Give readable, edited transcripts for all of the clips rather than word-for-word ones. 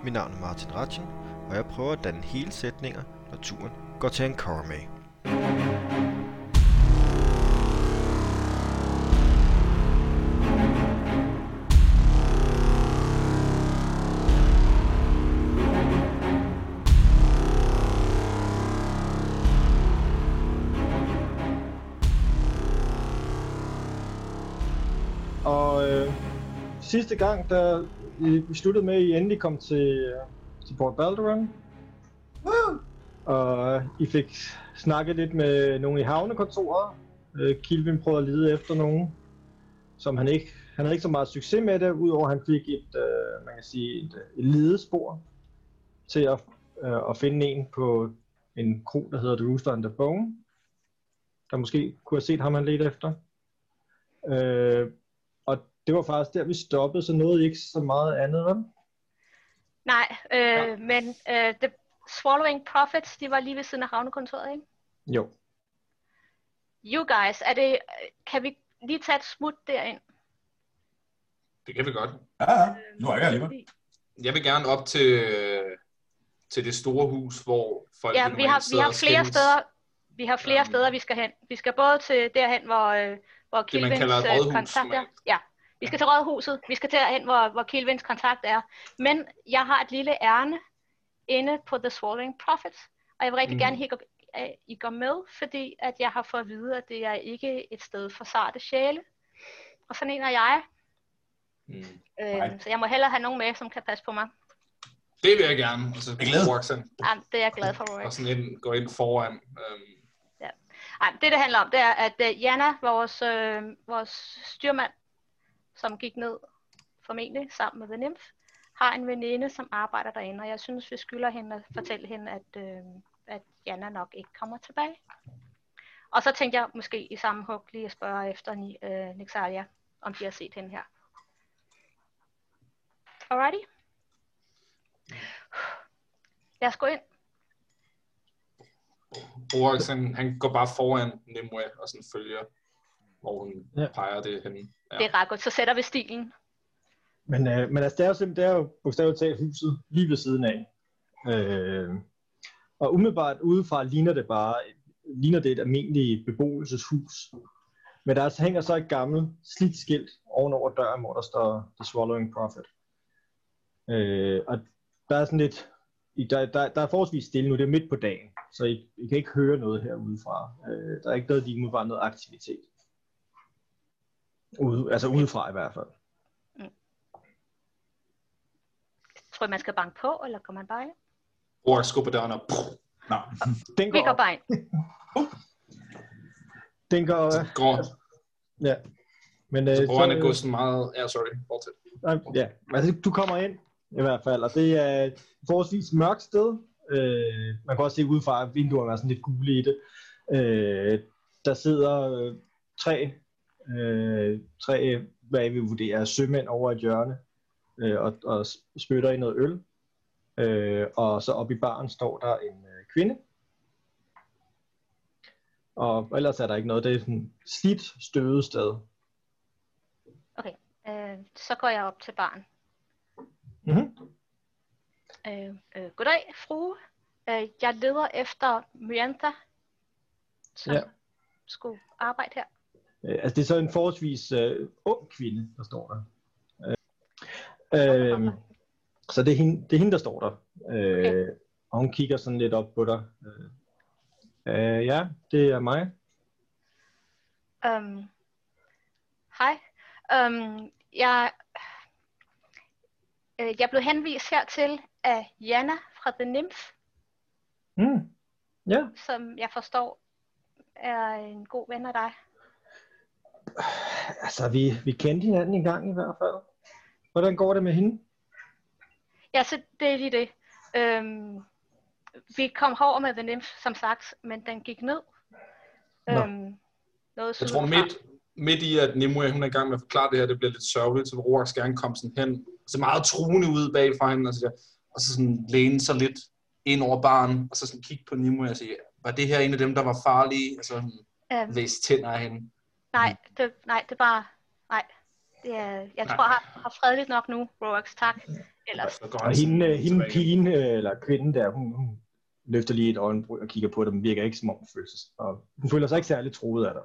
Mit navn er Martin Ratchen, og jeg prøver at danne hele sætninger, når turen går til Ankara. Og sidste gang, da vi sluttede med, at I endelig kom til Port Balderon. Og I fik snakket lidt med nogle i havnekontoret. Kilvin prøvede at lede efter nogen, som han havde ikke så meget succes med det, udover at han fik et ledespor til at finde en på en kro, der hedder The Rooster and the Bone, der måske kunne have set ham, han ledte efter. Og det var faktisk der, vi stoppede, så nåede ikke så meget andet, vel? Nej, men The Swallowing Prophets, de var lige ved siden af havnekontoret, ikke? Jo. You guys, kan vi lige tage et smut derind? Det kan vi godt. Ja, nu er jeg alligevel. Jeg vil gerne op til det store hus, hvor folk ja, vi har flere steder. Vi har flere steder, vi skal hen. Vi skal både til derhen, hvor Kilvins kontakt er. Ja, vi skal til rådhuset. Vi skal derhen, hvor Kilvins kontakt er. Men jeg har et lille ærne inde på The Swallowing Prophets, og jeg vil rigtig gerne at I går med, fordi at jeg har fået at vide, at det er ikke et sted for sarte sjæle. Og sådan en er jeg. Så jeg må hellere have nogen med, som kan passe på mig. Det vil jeg gerne. Altså, ja, det er jeg glad for, Rory. Og sådan gå ind foran. Ja. Ej, det handler om, det er, at Jana, vores styrmand, som gik ned formentlig sammen med The Nymph, har en veninde, som arbejder derinde, og jeg synes, vi skylder hende at fortælle hende, at Jana nok ikke kommer tilbage. Og så tænkte jeg måske i samme hug lige at spørge efter Nixalia, om de har set hende her. Alrighty. Lad os gå ind. Roraxen, han går bare foran Nimue og sådan følger, hvor hun peger det henne. Ja. Det er ret godt, så sætter vi stilen. Men altså, det er jo bogstaveligt talt huset lige ved siden af. Og umiddelbart udefra ligner det et almindeligt beboelseshus. Men der hænger så et gammelt slidt skilt ovenover døren, hvor der står The Swallowing Prophet. Og der er sådan lidt, der er forholdsvis stille nu, det er midt på dagen, så I kan ikke høre noget herudefra. Der er ikke noget aktivitet. Udefra i hvert fald. Tror I, man skal banke på, eller går man bare ind? Rorax skubber døren op. Nå. Vi går bare ind. Den går... Ja. Men, så Rorax går sådan meget... Ja, sorry. Fortsæt. Ja, altså du kommer ind i hvert fald, og det er et forholdsvis mørkt sted. Man kan også se udefra, at vinduerne er sådan lidt gule i det. Der sidder tre, hvad jeg vil vurdere, sømænd over et hjørne, og spytter i noget øl. Og så oppe i baren står der en kvinde. Og ellers er der ikke noget, det er sådan et slidt, støvet sted. Okay, så går jeg op til baren. Goddag, frue. Jeg leder efter Myrantha, som skulle arbejde her. Altså det er så en forholdsvis ung kvinde, der står der. Så det er hende, der står der. Okay. Og hun kigger sådan lidt op på dig. Ja, det er mig. Hej. Jeg blev henvist hertil af Jana fra The Nymph. Ja. Som jeg forstår er en god ven af dig. Altså, vi kendte hinanden en gang i hvert fald. Hvordan går det med hende? Ja, så det er lige det. Vi kom over med The Nymph, som sagt, men den gik ned. Jeg tror midt i, at Nimue hun er i gang med at forklare det her, det bliver lidt sørgeligt, så Rorax gerne komme sådan hen, så meget truende ud bagfra hende, og så sådan læne sig lidt ind over baren, og så sådan kigge på Nimue og sige, var det her en af dem, der var farlige? Og så læse tænder af hende. Nej, det er bare, nej. Jeg tror, jeg har fredeligt nok nu, Roax. Tak. Ellers. Og hende pigen, eller kvinden der, hun løfter lige et øjenbryn og kigger på dem. Virker ikke som om hun føler sig ikke særlig truet af dig.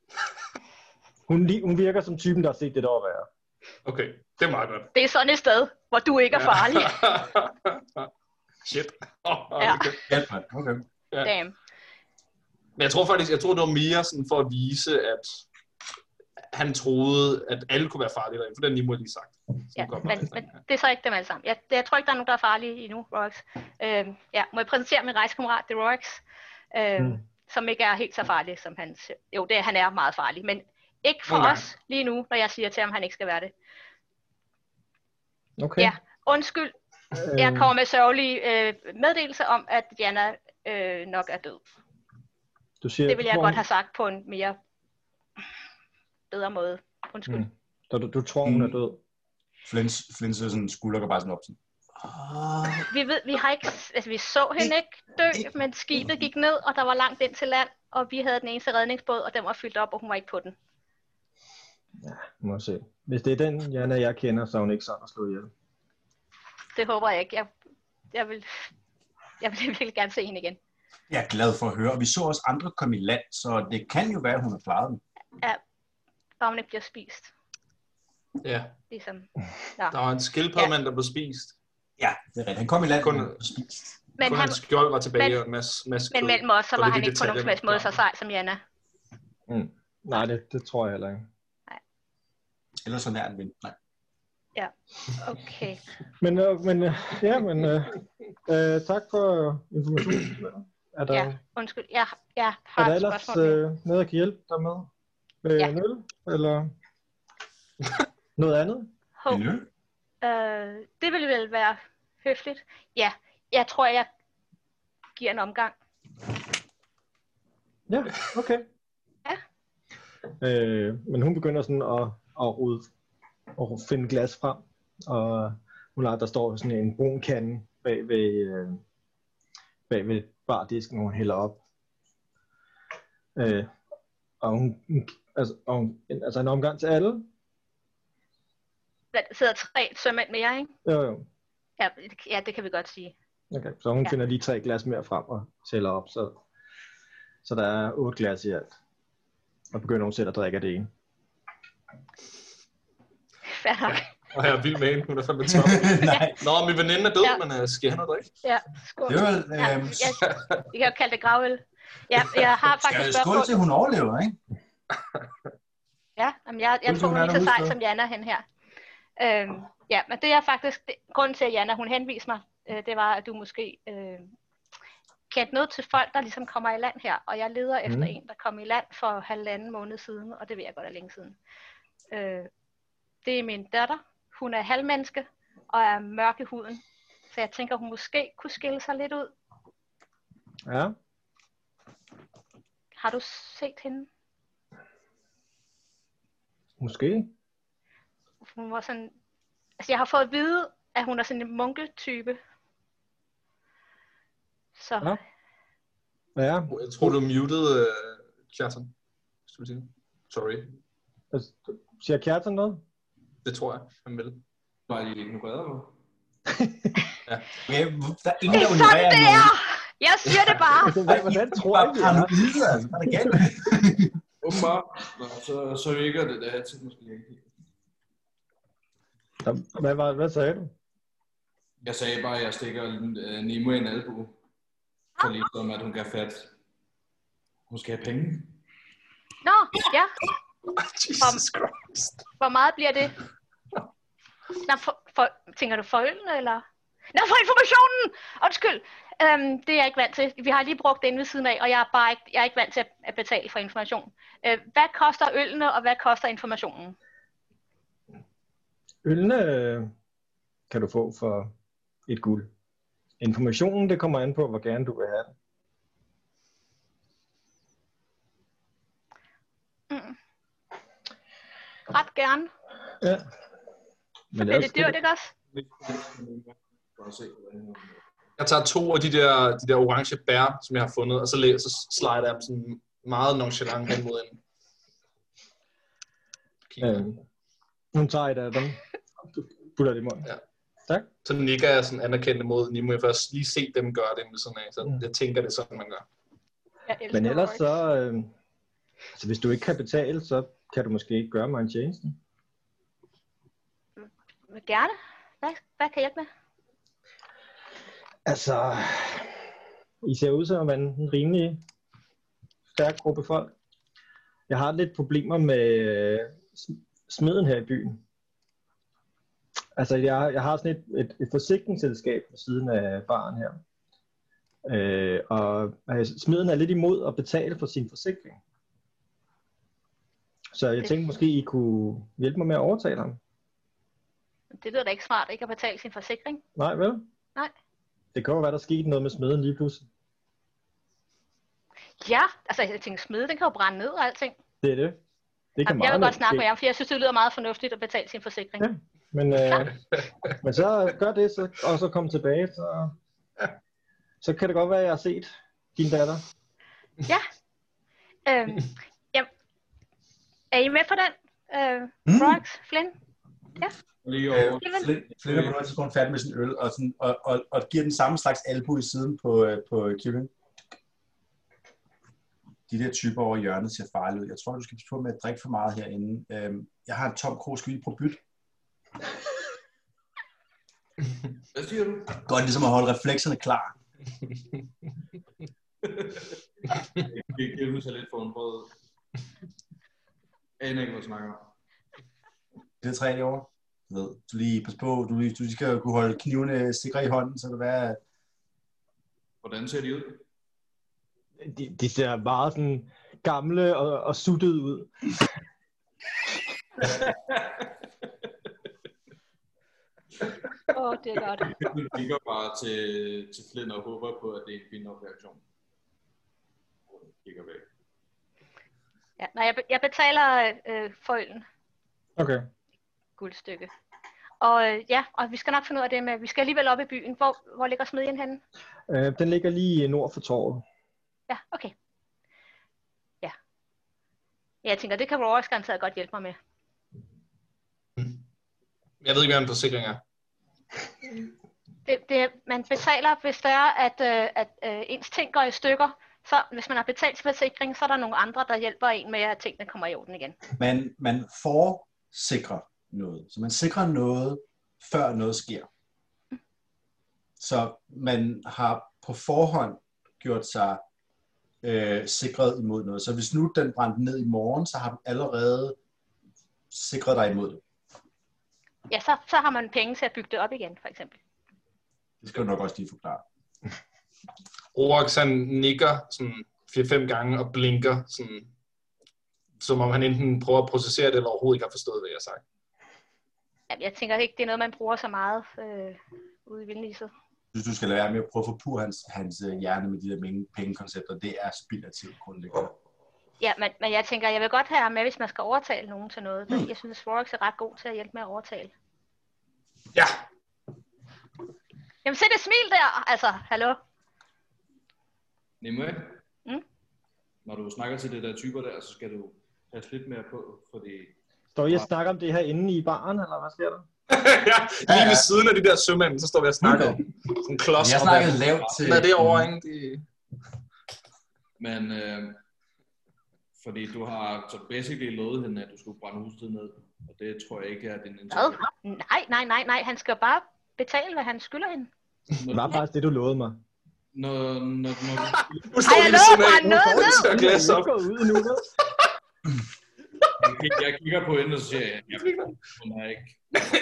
Hun virker som typen, der har set det der at være. Okay, det er meget godt. Det er sådan et sted, hvor du ikke er farlig. Shit. Okay. Ja. Damn. Men jeg tror det var mere sådan for at vise, at han troede, at alle kunne være farlige derinde, for den Nimue lige sagt. Ja, men det er så ikke dem alle sammen. Jeg tror ikke, der er nogen, der er farlige endnu, Roax. Må jeg præsentere min rejsekammerat, det Roax, som ikke er helt så farlig, som han... Jo, han er meget farlig, men ikke for os lige nu, når jeg siger til ham, at han ikke skal være det. Okay. Ja, undskyld. Jeg kommer med sørgelig meddelelse om, at Diana nok er død. Det vil jeg godt have sagt på en mere bedre måde. Undskyld. Du tror, hun er død? Flins sådan skulder går bare sådan op. Vi har ikke, altså vi så hende ikke dø, men skibet gik ned, og der var langt ind til land, og vi havde den eneste redningsbåd, og den var fyldt op, og hun var ikke på den. Ja, må se. Hvis det er den Jana, jeg kender, så er hun ikke sådan at slå ihjel. Det håber jeg ikke. Jeg vil virkelig gerne se hende igen. Jeg er glad for at høre, og vi så også andre komme i land, så det kan jo være, at hun har klaret den. Ja, bare hun ikke bliver spist. Ja. Ligesom. Ja. Der var en skildpaddemand, der blev spist. Ja, det er rigtigt. Han kom i land og spist. Men hans skjold var tilbage og en masse men mellem os, så var han ikke på nogen som helst måde så sej som Jana. Nej, det tror jeg heller ikke. Nej. Eller så nær en vind. Nej. Ja, okay. Men tak for informationen. Ja, undskyld. Jeg har er der ellers noget, jeg kan hjælpe dig med? En øl? Eller noget andet? Det ville vel være høfligt. Ja, jeg tror, jeg giver en omgang. Ja, okay. Ja. Men hun begynder sådan at finde glas frem, og der står sådan en brun kande bag ved bardisken, hun hælder op. Og hun altså en omgang til alle. Der sidder 3 sømænd mere, ikke? Jo. Ja, det kan vi godt sige. Okay, så hun finder lige 3 glas mere frem og tæller op, så der er 8 glas i alt. Og begynder hun selv at drikke af det ene. Fair nok. Og jeg er vild med hende, hun er fandme top. Nå, min veninde er død, men skal jeg have noget drikke? Ja, skål. Det var, vi kan jo kalde det gravøl. Ja, jeg har faktisk spørgsmål. Skål til, hun overlever, ikke? Ja, men jeg tror, hun er ikke så sej som Jana hen her. Ja, men det er faktisk, grunden til, at Jana, hun henviste mig, det var, at du måske kendte noget til folk, der ligesom kommer i land her, og jeg leder efter en, der kom i land for 1,5 måned siden, og det ved jeg godt er længe siden. Det er min datter. Hun er halvmenneske og er mørk i huden, så jeg tænker, hun måske kunne skille sig lidt ud. Ja. Har du set hende? Måske. Hun var sådan... Altså, jeg har fået at vide, at hun er sådan en munketype. Så... Ja. Jeg tror, du muted Kjartan. Sorry. Siger Kjartan noget? Det tror jeg, han vil. Nej, de ignorerer mig. Ja. Der er ingen, der ignorerer det er! Jeg siger det bare! Hvordan tror jeg, det er? Har du givet, altså? Hvad er det galt? Åbenbart. Så virker det, der til måske ikke. Hvad sagde du? Jeg sagde bare, at jeg stikker Nimue en albu. Så ligesom, at hun kan fat. Hun skal have penge. Nå, ja. Jesus Christ. Hvor meget bliver det? Nå, tænker du for ølene, eller? Nå, for informationen! Undskyld. Det er jeg ikke vant til. Vi har lige brugt den ved siden af, og jeg er ikke vant til at betale for information. Hvad koster ølene, og hvad koster informationen? Ølene kan du få for et guld. Informationen, det kommer an på, hvor gerne du vil have det. Ret gerne. Ja. Så bliver det dyrt, ikke også? Jeg tager 2 af de der orange bær, som jeg har fundet, og så slider jeg dem sådan meget nonchalant hen mod en. Hun tager et af dem. Du putter det i munden. Ja. Tak. Så nikker jeg sådan anerkendende mod Nimue, for at lige se dem gøre det med sådan af. Så jeg tænker, det er sådan, man gør. Men ellers så... altså, hvis du ikke kan betale, så kan du måske ikke gøre mig en tjeneste. Gerne. Hvad kan jeg hjælpe med? Altså... I ser ud som en rimelig stærk gruppe folk. Jeg har lidt problemer med smeden her i byen. Altså, jeg har sådan et forsikringsselskab på siden af baren her. Og smeden er lidt imod at betale for sin forsikring. Så jeg tænkte måske, I kunne hjælpe mig med at overtale ham. Det lyder da ikke smart, ikke at betale sin forsikring. Nej, vel? Nej. Det kan jo være, der skete noget med smeden lige pludselig. Ja, altså jeg tænker, smede, den kan jo brænde ned og alting. Det er det. Det kan jeg vil godt snakke med jer, for jeg synes, det lyder meget fornuftigt at betale sin forsikring. Ja, men så gør det, og så kom tilbage, så kan det godt være, at jeg har set din datter. Ja. Ja. Er I med på den? Rox, Flynn? Ja. Flynn er på noget tidspunkt færdig med sin øl, og giver den samme slags albu i siden på Kevin. De der typer over hjørnet ser farlige ud. Jeg tror, du skal passe på med at drikke for meget herinde. Jeg har en tom krog, skal vi prøve byt? Hvad siger du? Godt ligesom at holde reflekserne klar. Det giver sig lidt for en brød. Jeg aner ikke, hvad du snakker om. Det er 3 år. Du lige pas på, du skal kunne holde knivene sikre i hånden, så det være... Hvordan ser de ud? De ser meget sådan gamle og suttede ud. Det er godt. Du kigger bare til Flynn og håber på, at det er en fin nok reaktion. Kigger væk. Ja, nej, jeg betaler forældren. Okay. Guldstykke. Og vi skal nok finde ud af det med, vi skal alligevel op i byen. Hvor ligger smedjen henne? Den ligger lige nord for torvet. Ja, okay. Ja. Jeg tænker, det kan Rorax garanteret godt hjælpe mig med. Jeg ved ikke, hvad en forsikring er. Man betaler, hvis det er, at ens ting går i stykker. Så hvis man har betalt til forsikring, så er der nogle andre, der hjælper en med, at tingene kommer i orden igen. Man forsikrer noget. Så man sikrer noget, før noget sker. Så man har på forhånd gjort sig sikret imod noget. Så hvis nu den brændte ned i morgen, så har du allerede sikret dig imod det. Ja, så har man penge til at bygge det op igen, for eksempel. Det skal du nok også lige forklare. Rorax han nikker sådan 4-5 gange og blinker, sådan, som om han enten prøver at processere det, eller overhovedet ikke har forstået, hvad jeg har sagt. Jamen, jeg tænker ikke, det er noget, man bruger så meget ude i Vildnisset. Du skal lade være med at prøve at forpure hans hjerne med de der pengekoncepter. Det er spild af tid grundlæggende. Ja, men jeg tænker, jeg vil godt have ham med, hvis man skal overtale nogen til noget. Jeg synes, at Rorax er ret god til at hjælpe med at overtale. Ja. Jamen, se det smil der! Altså, hallo? Nimue? Når du snakker til det der typer der, så skal du passe lidt mere på, fordi... Står I og snakker om det her inde i baren, eller hvad sker der? Ja, lige ved siden af de der sømænd, så står vi og snakker om sådan en klods. Jeg snakkede lavt til... Hvad er det over, ikke? Men fordi du har så basically lovet hende, at du skulle brænde huset ned, og det tror jeg ikke er din intention. Nej, han skal bare betale, hvad han skylder hende. Det var faktisk det, du lovede mig. Nu står vi ved siden af. Noget ned! Glas op. Jeg kigger på hende, og så siger jeg, hun er ikke.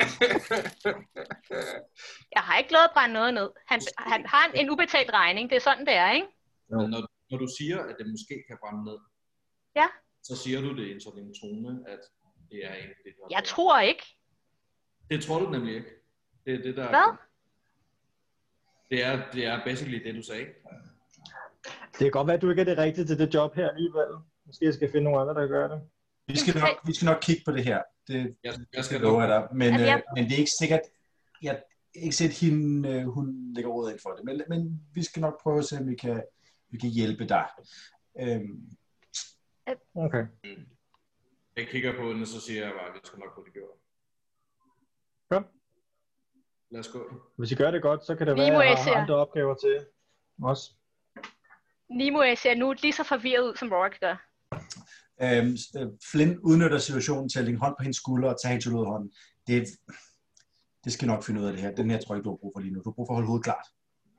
Jeg har ikke lovet at brænde noget ned. Han har en ubetalt regning. Det er sådan, det er, ikke? Når du siger, at det måske kan brænde ned, ja, så siger du det i en sådan tone, at det er ikke det, du har. Jeg tror ikke. Det tror du nemlig ikke. Det er det, der... Hvad? Det er basically det, du sagde. Det kan godt være, at du ikke er det rigtige til det job her alligevel. Måske jeg skal finde nogle andre, der gør det. Vi skal nok kigge på det her. Jeg skal love dig. Men det er ikke sikkert... Jeg har ikke set hende, hun lægger råd ind for det. Men vi skal nok prøve at se, om vi kan hjælpe dig. Okay. Jeg kigger på hende, og så siger jeg bare, at vi skal nok få det gjort. Kom. Lad os gå. Hvis I gør det godt, så kan det være, at jeg har andre opgaver til os. Nimue ser nu lige så forvirret ud, som Rorik gør. Flynn udnytter situationen til at lægge hånd på hendes skulder og tage hende til hånden. Det skal nok finde ud af det her. Den her tror jeg ikke, du har brug for lige nu. Du har brug for at holde hovedet klart.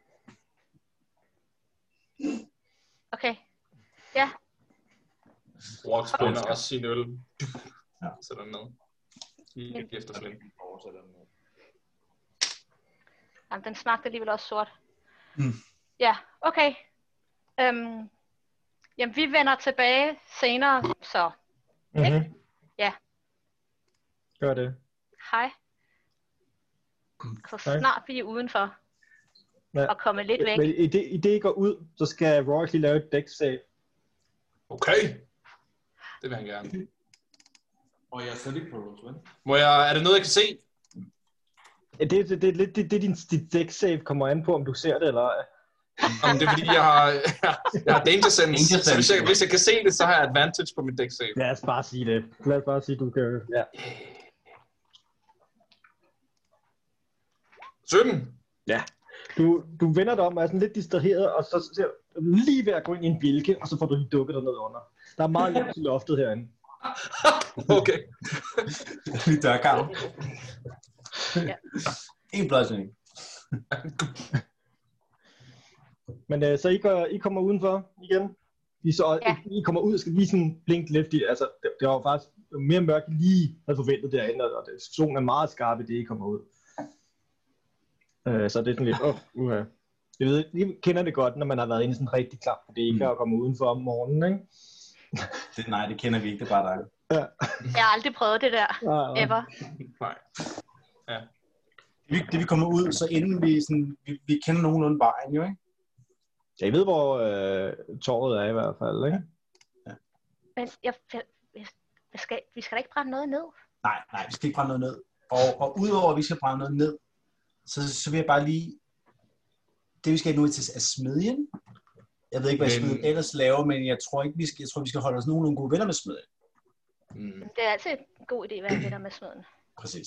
Okay. Ja. Rorik spænder også sin øl. Ja. Sætter den ned. Lige efter Flynn. Jamen, den smagte alligevel også sort. Mm. Ja, okay. Jamen, vi vender tilbage senere, så. Mm-hmm. Ja. Gør det. Hej. Så snart vi er udenfor. Ja. Og komme lidt væk. Men i det I går ud, så skal Rorik lige lave et dex save. Okay. Det vil han gerne. Og jeg er slet ikke på Roll20. Er det noget, jeg kan se? Det er lidt det dit dex save kommer an på, om du ser det eller ej. Jamen, det er fordi, jeg har danger sense, så hvis jeg kan se det, så har jeg advantage på mit dex save. Lad os bare sige det. Lad os bare sige, du kan... Ja. 17. Ja. Du vender dig om og er sådan lidt distraheret, og så ser du lige ved at gå ind i en bjælke, og så får du lige dukket dig ned under. Der er meget lavt til loftet herinde. Okay. Lige dørkarm. Ja. En blødsning. Men så I kommer udenfor igen. I kommer ud og skal lige sådan blinke lidt. Altså, det var jo faktisk mere mørkt lige havde forventet derinde, og solen er meget skarp i det, I kommer ud. Så det er sådan lidt, Jeg ved, I kender det godt, når man har været inde i sådan en rigtig klam, for det ikke at komme udenfor om morgenen, ikke? Nej, det kender vi ikke, det er bare dig. Ja. Jeg har aldrig prøvet det der, ever. Nej. Ja. Det vi kommer ud, så inden vi kender nogenlunde vejen, jo, ikke? Ja, I ved, hvor torvet er i hvert fald, ikke? Ja. Men vi skal da ikke brænde noget ned? Nej, vi skal ikke brænde noget ned. Og udover at vi skal brænde noget ned, så vil jeg bare lige... Det vi skal nu til er smedjen. Jeg ved ikke, hvad smedjen ellers laver, men jeg tror, vi skal holde os nogenlunde gode venner med smedjen. Mm. Det er altid en god idé at være venner med smeden. Præcis.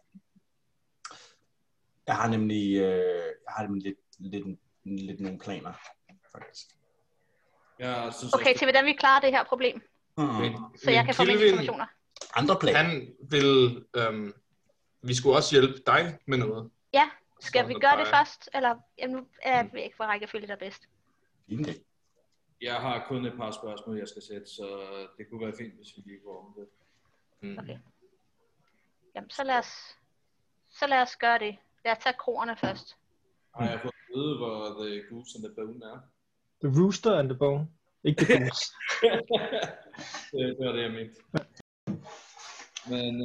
Jeg har nemlig lidt nogle planer, faktisk. Jeg synes, okay, til hvordan vi klarer det her problem. Så jeg kan få mine informationer. Andre planer. Han vil... vi skulle også hjælpe dig med noget. Ja, skal vi gøre det først? Eller nu er jeg ikke, hvor rækkefølge der er bedst. Jeg har kun et par spørgsmål, jeg skal sætte, så det kunne være fint, hvis vi lige går om det. Okay. Jamen, så lad os gøre det. Lad os tage kroerne først. Har jeg fået at vide, hvor The Goose and the Bone er? The Rooster and the Bone. Ikke The Goose. Det var det, jeg mente. Men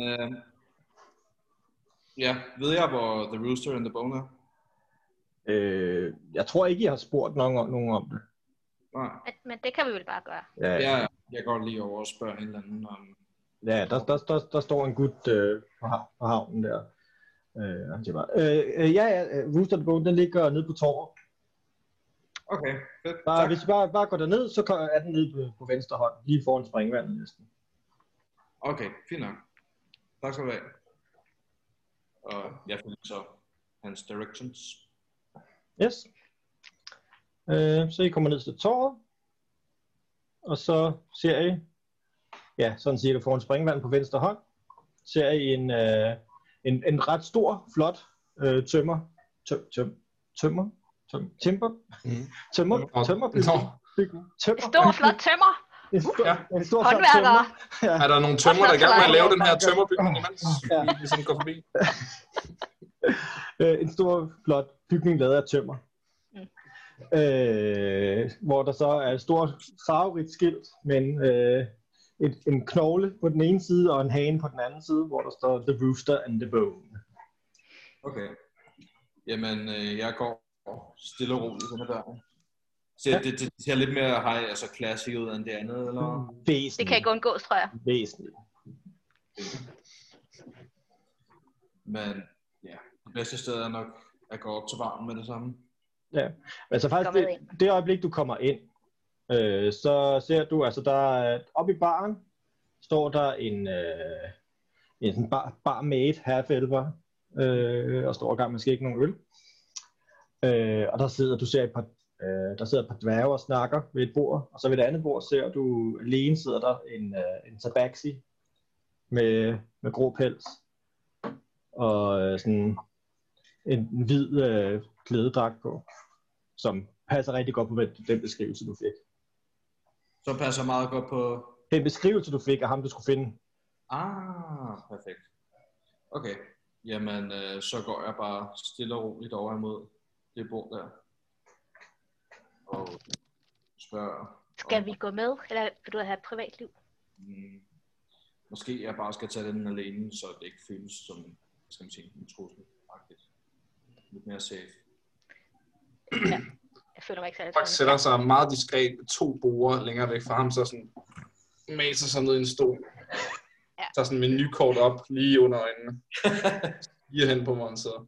ved jeg, hvor The Rooster and the Bone er? Jeg tror ikke, jeg har spurgt nogen om det. Nej. Men det kan vi vel bare gøre. Ja, jeg kan godt lige over og spørge en eller anden om... Ja, der står en gut på havnen der. Han siger bare, Rooster and the Bone, den ligger nede på torvet. Okay, fedt. Hvis I bare går derned, så er den nede på venstre hånd, lige foran springvandet næsten. Okay, fint nok. Tak skal du have. Og jeg finder så hans directions. Yes. Så I kommer ned til torvet, og så ser I, sådan cirka foran springvandet på venstre hånd, ser I en ret stor, flot tømmerbygning. Stor, flot tømmer. En stor flot tømmer. Ja. Er der nogle tømmer, der er i gang med at lave den her tømmerbygning, imens vi sådan går forbi? En stor, flot bygning lavet af tømmer. Hvor der så er et stort farverigt skilt med en knogle på den ene side og en hane på den anden side, hvor der står The Rooster and the Bone. Okay. Jamen, jeg går stille og roligt under døren. Så det ser lidt mere classic ud end det andet, eller? Væsentligt. Det kan ikke undgås, tror jeg. Væsentligt. Men ja, det bedste sted er nok at gå op til varmen med det samme. Ja, altså faktisk det øjeblik, du kommer ind, så ser du, altså der oppe i baren, står der en barmaid, half-elver, og står i gang med at skække nogle øl. Og der sidder et par dværge og snakker ved et bord, og så ved det andet bord ser du alene sidder der en tabaxi med grå pels og sådan en hvid klædedragt på, som passer rigtig godt på den beskrivelse, du fik. Så passer meget godt på... Den beskrivelse, du fik af ham, du skulle finde. Perfekt. Okay, jamen så går jeg bare stille og roligt over imod det bord der. Og spørger... Skal vi gå med, eller vil du have et privatliv? Måske jeg bare skal tage den alene, så det ikke føles som, skal man sige, en trussel. Lidt mere safe. Ja, jeg føler mig ikke særlig. Folk sætter sig meget diskret 2 borde længere væk fra ham, så sådan maser sig ned i en stol. Ja. Tager sådan en menukort op lige under øjnene. Giver hen på mig, så.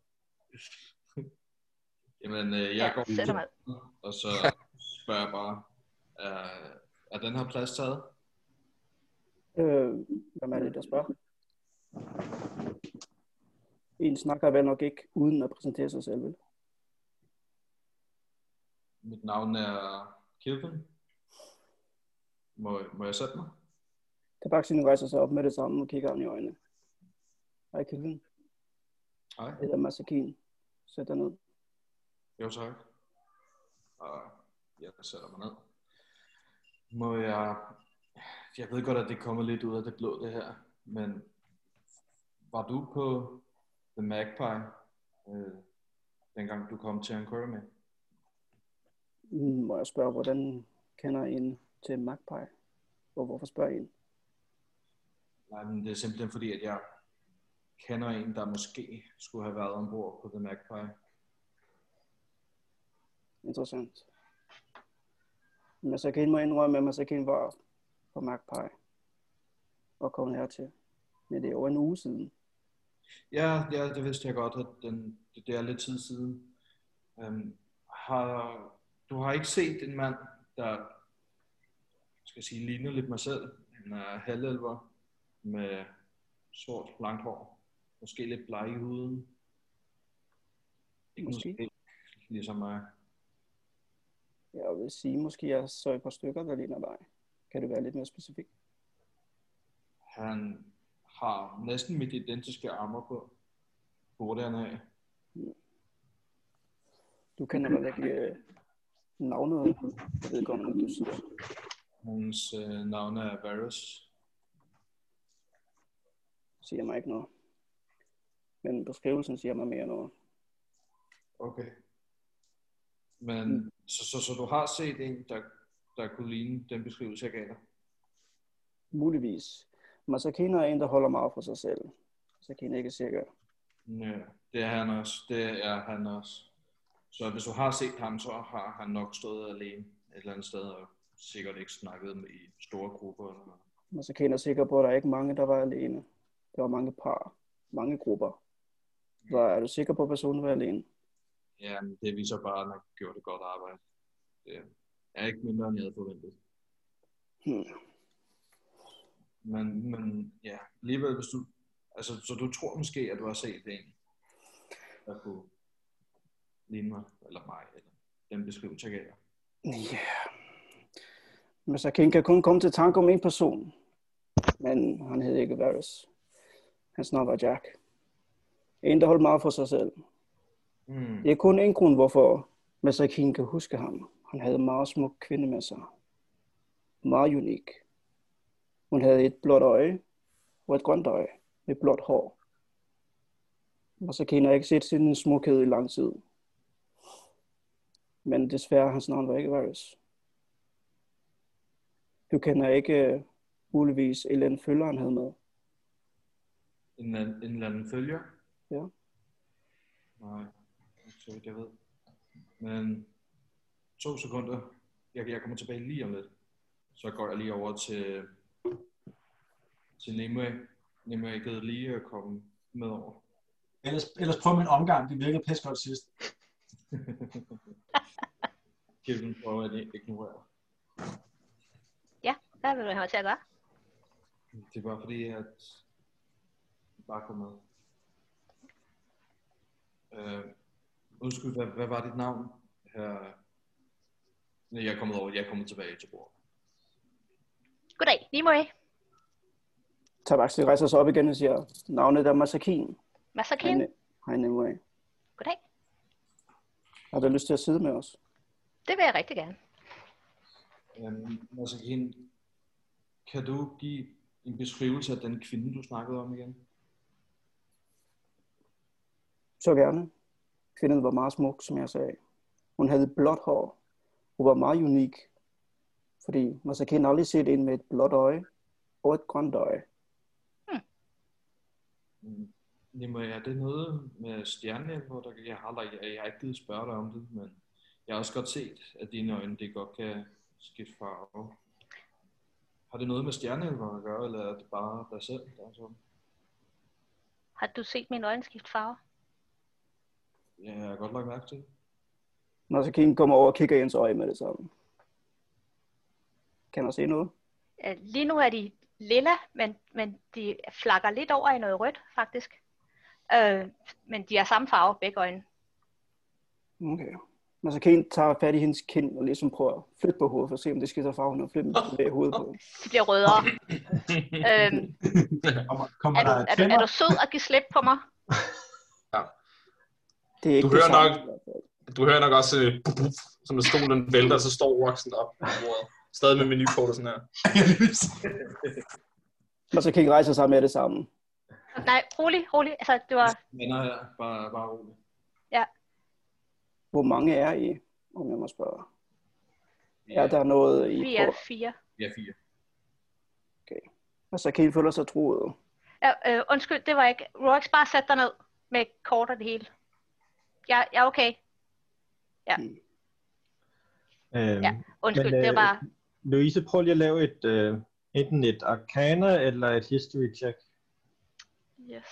Jamen, jeg går ud, og så spørger jeg bare, er den her plads taget? Hvem er det, der spørger? En snakker vel nok ikke uden at præsentere sig selv, vel? Mit navn er Kilvin. Må jeg sætte mig? Tabaxien rejser sig op med det samme og kigger ham i øjnene. Hej Kilvin. Hej. Jeg hedder Masakin. Sæt dig ned. Jo tak. Og jeg sætter mig ned. Må jeg ved godt, at det kommer lidt ud af det blå, det her. Men var du på The Magpie, dengang du kom til Ankara med? Må jeg spørge, hvordan kender en til Magpie? Og hvorfor spørger en? Nej, men det er simpelthen fordi, at jeg kender en, der måske skulle have været ombord på The Magpie. Interessant. Masakin må indrømme, at Masakin var på Magpie og kom hertil. Men det er over en uge siden. Ja, det vidste jeg godt, at det er lidt tid siden. Du har ikke set en mand, der skal jeg sige, ligner lidt mig selv. Han er halvelver med sort, langt hår. Måske lidt bleg i huden. Ikke måske ligesom mig. Jeg vil sige, måske jeg så et par stykker, der ligner dig. Kan du være lidt mere specifik? Han har næsten mit identiske armor på. Burde han have. Du kender vel ikke navnet, vedkommende, du siger? Hans navn er Varus. Siger mig ikke noget. Men beskrivelsen siger mig mere noget. Okay. Men så du har set en, der kunne ligne den beskrivelse, jeg gav dig? Muligvis. Masakin er en, der holder meget for sig selv. Masakin er ikke sikker. Ja, det er han også. Så hvis du har set ham, så har han nok stået alene et eller andet sted, og sikkert ikke snakket med i store grupper. Eller noget. Masakin er sikker på, at der er ikke mange, der var alene. Der var mange par, mange grupper. Er du sikker på, at personen var alene? Ja, det viser bare, at han har gjort et godt arbejde. Det er ikke mindre, end jeg havde forventet. Men ja, alligevel hvis du... Altså, så du tror måske, at du har set en, der kunne ligne mig, eller mig, eller den beskrivelse, jeg gav dig? Ja. Masakin kan kun komme til tanke om en person. Men han hed ikke Varus. Hans navn var Jack. En, der holdt meget for sig selv. Det er kun en grund, hvorfor Masakin kan huske ham. Han havde en meget smuk kvinde med sig. Meget unik. Hun havde et blåt øje og et grønt øje med blåt hår. Masakin har ikke set sin smukhed i lang tid. Men desværre, hans navn var ikke Varus. Du kender ikke muligvis en eller anden følger, han havde med. En eller anden følger? Ja. Nej, ikke så vidt jeg ved. Men 2 sekunder. Jeg kommer tilbage lige om lidt. Så går jeg lige over til Nimue. Nimue gider lige at komme med over. Ellers prøv med en omgang. Det virkede pisse godt sidst. Kilden prøver at ignorere. Ja, hvad vil du have til at gøre? Det er bare fordi, at bare komme med. Undskyld, hvad var dit navn? Jeg er kommet tilbage til bordet. Goddag, Nimue. Tabaxi rejser sig op igen og siger, navnet er Masakin. Masakin? Hej Nimue. Goddag. Har du lyst til at sidde med os? Det vil jeg rigtig gerne. Masakin, kan du give en beskrivelse af den kvinde, du snakkede om igen? Så gerne. Kvinden var meget smuk, som jeg sagde. Hun havde blåt hår. Hun var meget unik. Fordi Masakin aldrig set en med et blåt øje og et grønt øje. Jamen, er det noget med stjerneelver? Jeg har ikke givet spørge dig om det, men jeg har også godt set, at dine øjne det godt kan skifte farve. Har det noget med stjerneelver at gøre, eller er det bare dig selv, der er sådan? Har du set min øjne skifte farve? Ja, jeg har godt lagt mærke til det. Masakin kommer over og kigger i ens øje med det samme. Kan du se noget? Lige nu er de lilla, men de flakker lidt over i noget rødt, faktisk. Men de har samme farve, begge øjne. Okay. Masakin tager fat i hendes kind og ligesom prøver at flytte på hovedet, for at se, om det skifter farven og flytte hovedet på. De bliver rødere. Er du sød at give slip på mig? Ja. Det er ikke du hører nok også, som der stolen vælter, så står Roxen op på bordet. Stadig med menukort og sådan her. Masakin rejser sig med det samme. Nej, rolig. Altså, det var... Venner her, bare rolig. Ja. Hvor mange er I, om jeg må spørge? Er der noget i... Vi er 4. Vi er 4. Okay. Masakin føler sig truet. Ja, undskyld, det var ikke... Rox, bare sæt dig ned med kort og det hele. Jeg er okay. Ja. Ja, undskyld, det er bare... Louise, prøv lige at lave enten et arcana eller et history check. Yes.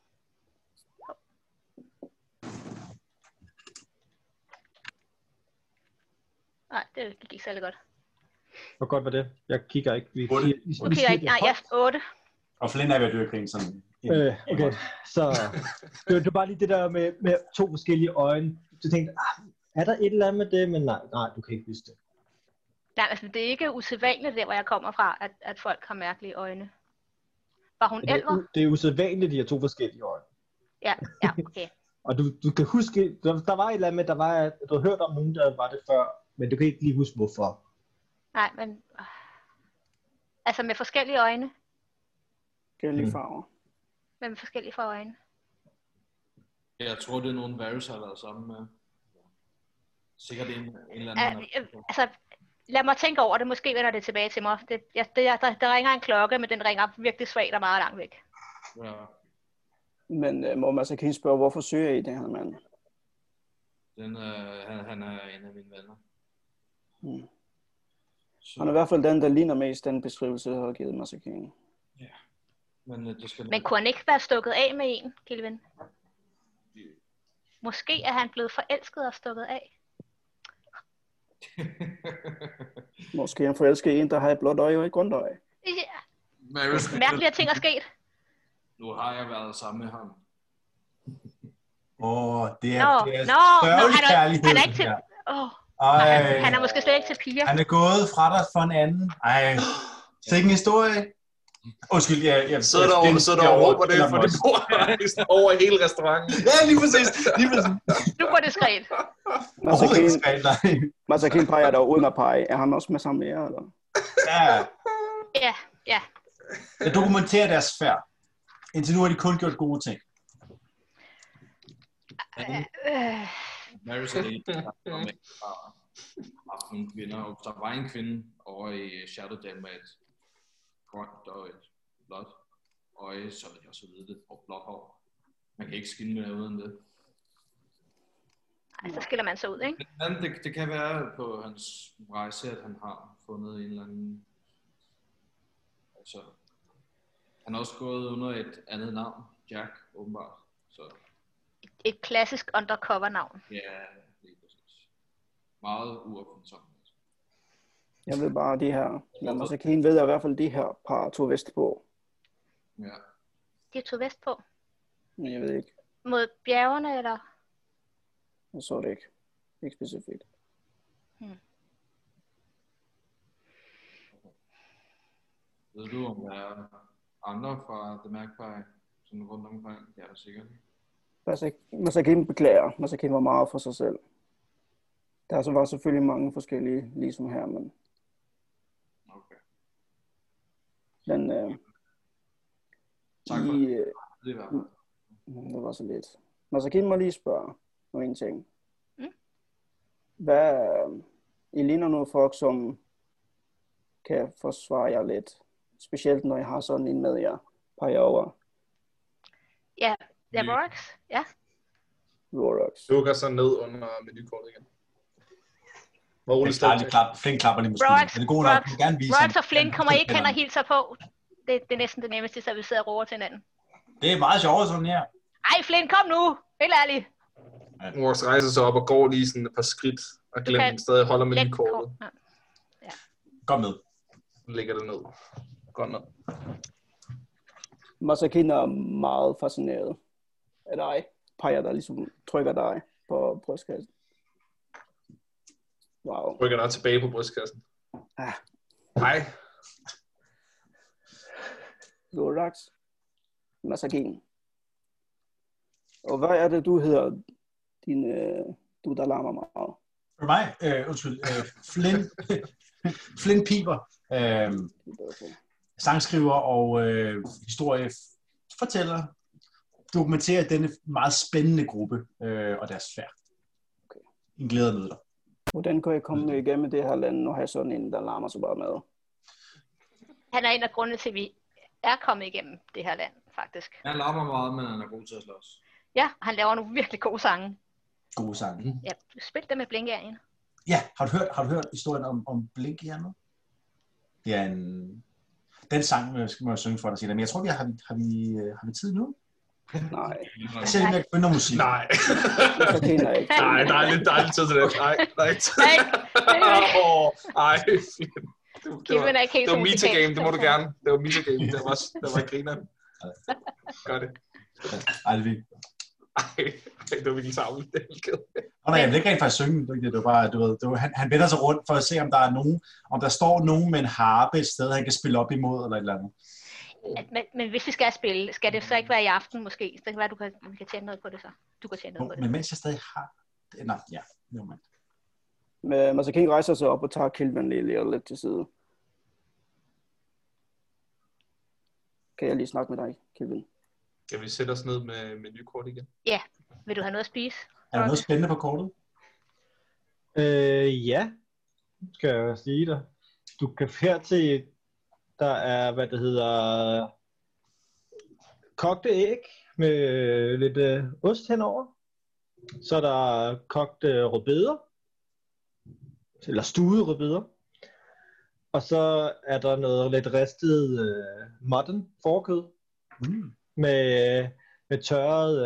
Nej, det gik ikke særlig godt. Hvor godt var det? Jeg kigger ikke. Nej, jeg er 8. Og Flynn er ved at dø af grin sådan. Okay, så det var bare lige det der med 2 forskellige øjne. Du tænkte, er der et eller andet med det? Men nej, du kan ikke huske det. Nej, altså det er ikke usædvanligt der, hvor jeg kommer fra, at folk har mærkelige øjne. Var hun elver? Det er usædvanligt, de har 2 forskellige øjne. Ja, okay. Og du kan huske, der var et eller andet med, du har hørt om nogen, der var det før, men du kan ikke lige huske, hvorfor. Nej, men... Altså med forskellige øjne? Forskellige farver. Med forskellige farver øjne? Jeg tror, det er nogen Varys har været sammen med. Sikkert en eller anden... Altså, lad mig tænke over det. Måske vender det tilbage til mig. Der ringer en klokke, men den ringer virkelig svagt og meget langt væk. Ja. Men må Masakin spørge, hvorfor søger I den her mand? Han er en af mine venner. Han er i hvert fald den, der ligner mest den beskrivelse, jeg har givet Masakin. Ja. Men kunne han ikke være stukket af med en, Kilvin? Måske er han blevet forelsket og stukket af. Måske han forelsker en, der har et blåt øje og et grønt øje. Ja. Mærkelige ting er sket. Nu har jeg været sammen med ham. Det er sørgelig kærlighed. Han er ikke til... Han er måske slet ikke til piger. Han er gået fra dig for en anden. Sikke en historie. Undskyld, jeg sidder der og råber det for det bord over hele restauranten. Ja, lige præcis. Nu går det skrevet. Masakin peger der uden at pege. Er han også med sammen med jer, eller? Ja. Jeg dokumenterer deres færd. Indtil nu har de kun gjort gode ting. Varys er det, der har haft nogle kvinder. Og der var en kvinde over i Shadowdale med et grønt og et blåt øje, så jeg også ved det, og blåt hår. Man kan ikke skille med uden det. Ej, så skiller man sig ud, ikke? Men det kan være på hans rejse, at han har fundet en eller anden... Altså, han har også gået under et andet navn, Jack, åbenbart. Så... Et klassisk undercover-navn. Ja, lige præcis. Meget uopfindsomt. Jeg ved bare de her. Masakin ved i hvert fald de her par tog vest på. Ja. De tog vest på? Men jeg ved ikke. Mod bjergene, eller? Jeg så det ikke. Ikke specifikt. Ved du, om der er andre fra The Magpie, sådan rundt omkring? Det er der sikkert. Masakin beklager. Masakin var meget for sig selv. Der var selvfølgelig mange forskellige, ligesom her, men... Okay. Men... Tak for det. Det var så lidt. Masakin må lige spørge om en ting. Hvad... I ligner nogle folk, som kan forsvare jer lidt. Specielt når I har sådan en med jer par over. Ja, det er Rorax. Ja. Rorax. Lukker sig ned under menukortet igen. Flink klapper lige måske. Rorax og Flink kommer ikke hen og hilser på. Det er næsten det nemmeste, så vi sidder og roer til hinanden. Det er meget sjovt sådan her. Ej, Flink, kom nu! Helt ærligt. Rorax rejser sig op og går lige sådan et par skridt, og glemmer stadig holder menukortet. Ja. Kom med. Lægger det ned. Godt ned. Masakin er meget fascineret af dig. Peger der ligesom trykker dig på brystkassen. Wow. Trykker dig tilbage på brystkassen. Hej. Rorax. Masakin. Og hvad er det, du hedder? Du der larmer meget. Mig? Flynn Piper. Sangskriver og historiefortæller. Dokumenterer denne meget spændende gruppe og deres færd. Okay. En glæde at møde dig. Hvordan kan I komme igennem det her land, og have sådan en, der larmer så bare med? Han er en af grundene til, at vi er kommet igennem det her land, faktisk. Han larmer meget, men han er god til at slås. Ja, han laver nogle virkelig gode sange. Gode sange. Ja, spil dem med Blinkjern. Ja, har du hørt historien om Blinkjern? Det er den sang, skal man jo synge for dig senere. Men jeg tror, har vi tid nu? Nej. Jeg ser lidt mere bønder musik. Nej. Nej, der er lidt tid til det. Nej. Det var metagame, det må du gerne. Det var metagame, det var grineren. Gør det. Ej, det er vildt. Det var virkelig savlet. Det er helt ked. Jeg vil ikke rent faktisk synge. Det var bare, han vender sig rundt for at se, om der står nogen med en harpe et sted, han kan spille op imod, eller et eller andet. Men hvis vi skal spille, skal det så ikke være i aften måske? Så det kan være, vi kan tjene noget på det så. Du kan tjene noget på det. Men mens jeg stadig har... Nej, ja. Men Masakin rejser sig op og tager Kilvin lige lidt til side. Kan jeg lige snakke med dig, Kilvin? Skal vi sætte os ned med menukort igen? Ja. Vil du have noget at spise? Er der noget spændende på kortet? Ja. Skal jeg sige dig. Du kan hertil... Der er, kogte æg med lidt ost henover. Så er der kogte rødbeder. Eller stuede rødbeder. Og så er der noget lidt ristet mutton forkød. Med tørret,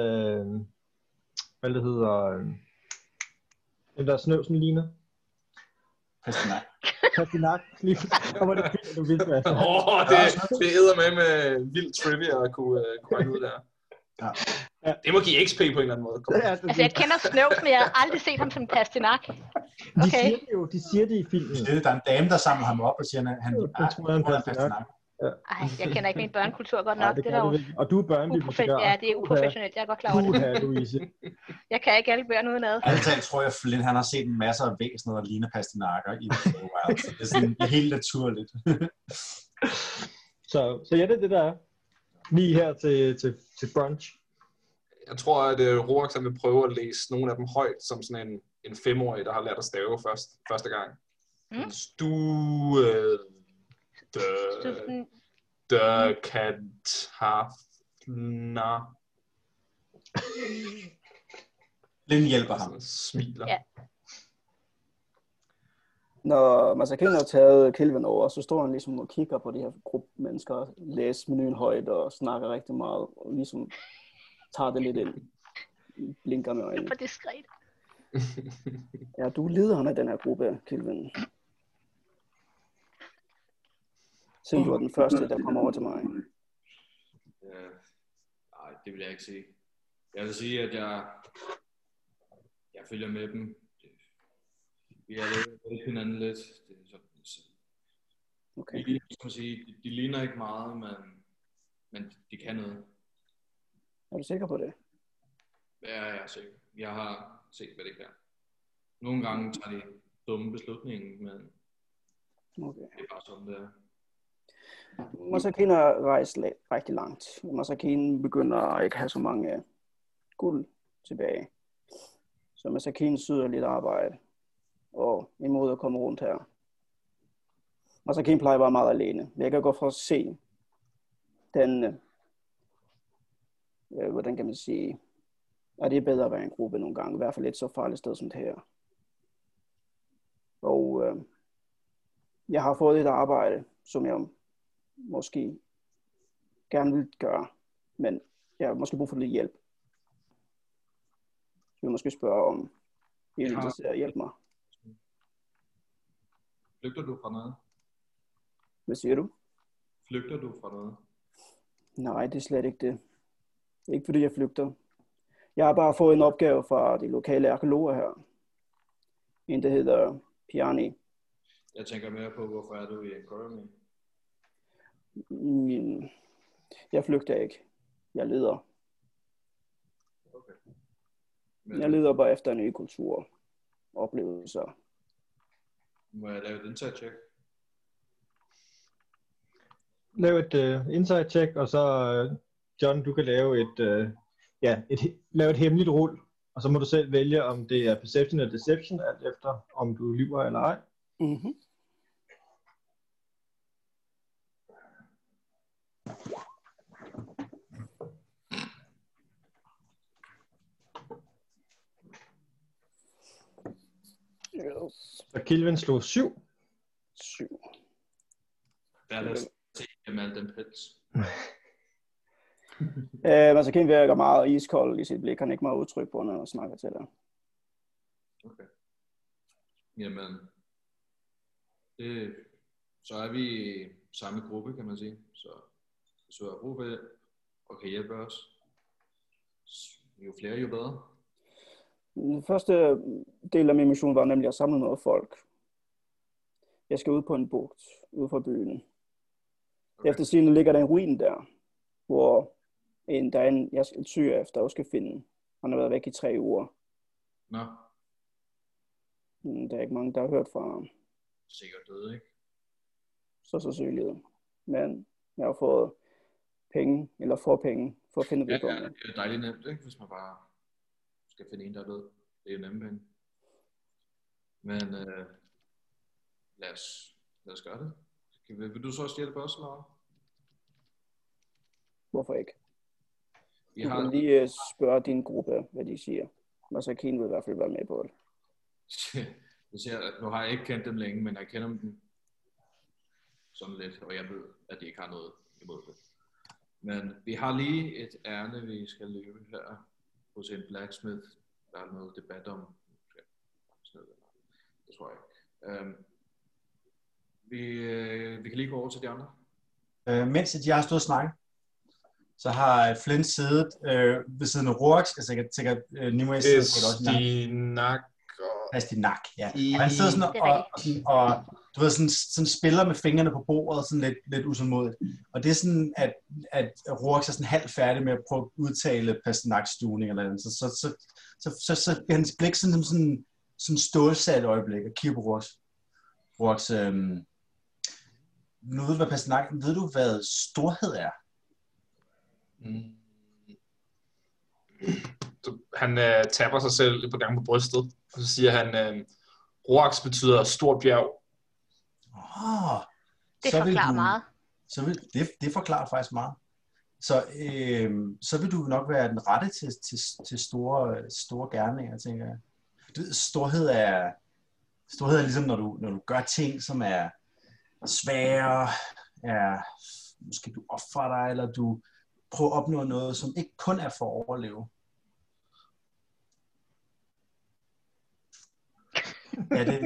den der snøvsen ligner. Pastinak. Pastinak. Lige kommer det fint, du vil med. Det æder med vild trivia at kunne regne ud der. Ja. Det må give XP på en eller anden måde. Altså, jeg kender Snøvs, men jeg har aldrig set ham som Pastinak. Okay. De siger det i filmen. Der er en dame, der samler ham op og siger, at han er Pastinak. Ej, jeg kender ikke min børnekultur godt nok. Det er jo... Og du er børnebibliotekar. Ja, det er uprofessionelt. Jeg er godt klar over det. Jeg kan ikke alle bøgerne udenad. Altid tror jeg, at Flynn han har set en masse af væsener, der ligner pastinakker i The Wild. Så det er sådan helt naturligt. så ja, det er det, der er. Lige her til brunch. Jeg tror, at Roax vil prøve at læse nogle af dem højt, som sådan en 5-årig, der har lært at stave første gang. Der kan hafna. Lynn hjælper ham. Smiler. Ja. Når Masakin har taget Kilvin over, så står han ligesom og kigger på de her gruppe mennesker, læser menuen højt og snakker rigtig meget, og ligesom tager det lidt ind. Blinker med øjnene. For diskret. Ja, du er lederen af den her gruppe, Kilvin. Siden du var den første, der kom over til mig. Nej, det vil jeg ikke sige. Jeg vil sige, at jeg Jeg følger med dem. Vi har lavet hinanden lidt. Det er sådan, så. Okay. De ligner ikke meget, men de kan noget. Er du sikker på det? Ja, jeg er sikker. Jeg har set, hvad det kan. Nogle gange tager de dumme beslutninger, men okay. Det er bare sådan, det er. Masakine har rejst rigtig langt. Masakine begynder at ikke have så mange guld tilbage. Så Masakine syder lidt arbejde og imod at komme rundt her. Masakine plejer bare meget alene. Jeg kan godt for at se den, hvordan kan man sige, at det er bedre at være en gruppe nogle gange. I hvert fald et så farligt sted som det her. Og jeg har fået et arbejde, som jeg måske gerne vil gøre, men jeg har måske brug for lidt hjælp. Så jeg vil måske spørge, om I er interesseret at hjælpe mig. Flygter du fra noget? Hvad siger du? Flygter du fra noget? Nej, det er slet ikke det. Ikke fordi jeg flygter. Jeg har bare fået en opgave fra de lokale arkæologer her. En, der hedder Piani. Jeg tænker mere på, hvorfor er du i Economy? Jeg flygter ikke. Jeg leder. Okay. Jeg leder bare efter en ny kultur. Oplevelser. Må jeg lave et insight check? Lav et insight check, og så John, du kan lave lave et hemmeligt rul, og så må du selv vælge, om det er perception eller deception, alt efter om du lyver eller ej. Mhm. Så Kilvin slog 7. 7. Hvad er det med al den pels? Masakine virker meget iskold i sit blik. Han er ikke meget udtryk på, når han snakker til dig. Okay. Jamen, så er vi i samme gruppe, kan man sige. Så hvis du har brug for det, og kan hjælpe os, jo flere, jo bedre. Den første del af min mission var nemlig at samle noget folk. Jeg skal ud på en bugt, ude fra byen. Okay. Efter sigende ligger der en ruin der, hvor der er en, jeg skal syge efter og skal finde. Han har været væk i 3 uger. Nå. Der er ikke mange, der har hørt fra ham. Sikkert død, ikke? Så sandsynligt. Men jeg har fået penge, eller får penge, for at finde det. Ja, det er dejligt nemt, ikke? Hvis man bare skal finde en, der er død. Det er jo nemme penge. Men lad os gøre det. Vil du så også hjælpe os, eller? Hvorfor ikke? Du kan lige spørge din gruppe, hvad de siger. Masakine vil i hvert fald være med på det. Nu har jeg ikke kendt dem længe, men jeg kender dem sådan lidt, og jeg ved, at de ikke har noget imod det. Men vi har lige et ærne, vi skal løbe her hos en blacksmith. Der er noget debat om. Det tror jeg ikke. Vi kan lige gå over til de andre. Mens de har stået og snakket, så har Flint siddet ved siden af Roax. Altså jeg tænker, Nimue sidder også Pastinak, ja. Og han sidder sådan og du ved, sådan spiller med fingrene på bordet, sådan lidt usålmodigt. Og det er sådan, at Roax er sådan halvt færdig med at prøve at udtale Pastinaks stuning eller andet. Så bliver hans blik sådan stålsat øjeblik og kigger på Roax. Roax, nu ved du, hvad Pastinak, ved du, hvad storhed er? Han tapper sig selv lidt på gang på brystet, og så siger han, Roax betyder stort bjerg. Det forklarer meget. Det forklarer faktisk meget. Så vil du nok være den rette til store gerninger, tænker jeg. Storhed er ligesom, når du gør ting, som er svære, måske du offrer dig, eller du prøver at opnå noget, som ikke kun er for at overleve. Ja, det.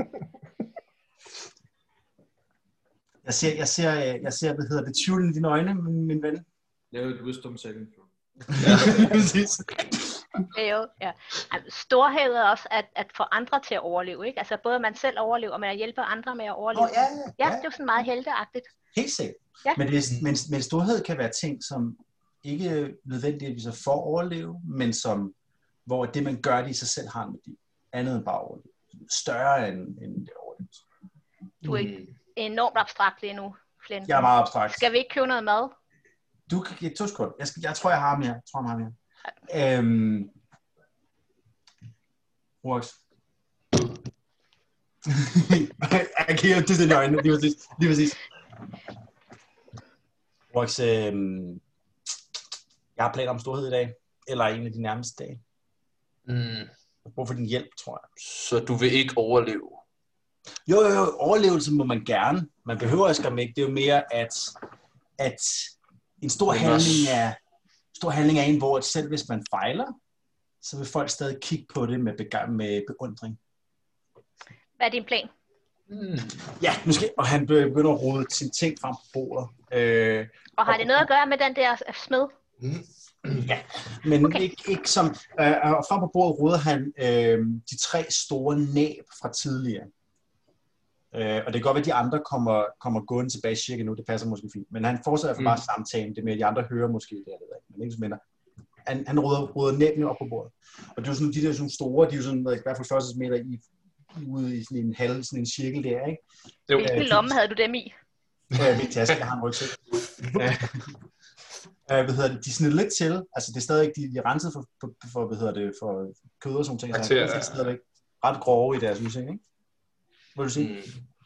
Jeg ser, hvad hedder det, tvivlen i dine øjne, min ven. Lav et wisdom saving throw. Ja, præcis. Jo, ja. Storhed er også at få andre til at overleve, ikke? Altså både man selv overlever, og man hjælper andre med at overleve. Ja, det er jo sådan meget helteagtigt. Helt sikkert. Ja. Men storhed kan være ting, som ikke nødvendigvis er for at overleve, men som, hvor det man gør det i sig selv har en værdi. Andet end bare overleve. Større end det overlevelse. Du er ikke enormt abstrakt lige nu, Flynn. Jeg er meget abstrakt. Skal vi ikke købe noget mad? Du kan give 2 sekunder. Jeg tror, jeg har mere. Rox. Jeg kigger til den øjne, lige præcis. Rox, jeg har planer om storhed i dag, eller en af de nærmeste dage. Jeg har brug for din hjælp, tror jeg. Så du vil ikke overleve? Jo, overlevelse må man gerne. Man behøver skam ikke. Det er jo mere, at en stor handling er en, hvor selv hvis man fejler, så vil folk stadig kigge på det med beundring. Hvad er din plan? Ja, og han begynder at rode sine ting frem på bordet. Og har det noget at gøre med den der smed? Ja, men okay. ikke som... frem på bordet roder han de 3 store næb fra tidligere. Og det kan godt være, at de andre kommer gående tilbage cirka nu. Det passer måske fint. Men han fortsætter for bare samtalen. Det med, at de andre hører måske det. Men ikke så mindre. Han roder næbene op på bordet. Og det er jo sådan, de der sådan store, de er jo sådan, i hvert fald 40 meter ude i sådan en cirkel der, ikke? Hvilken lomme havde du dem i? Min taske, jeg har en rygsæk. De snitter lidt til, altså det er stadig de er renset for kød og sådan ting, så det er stadigvæk ret grove i deres udsigt, ikke? Hvad vil du sige?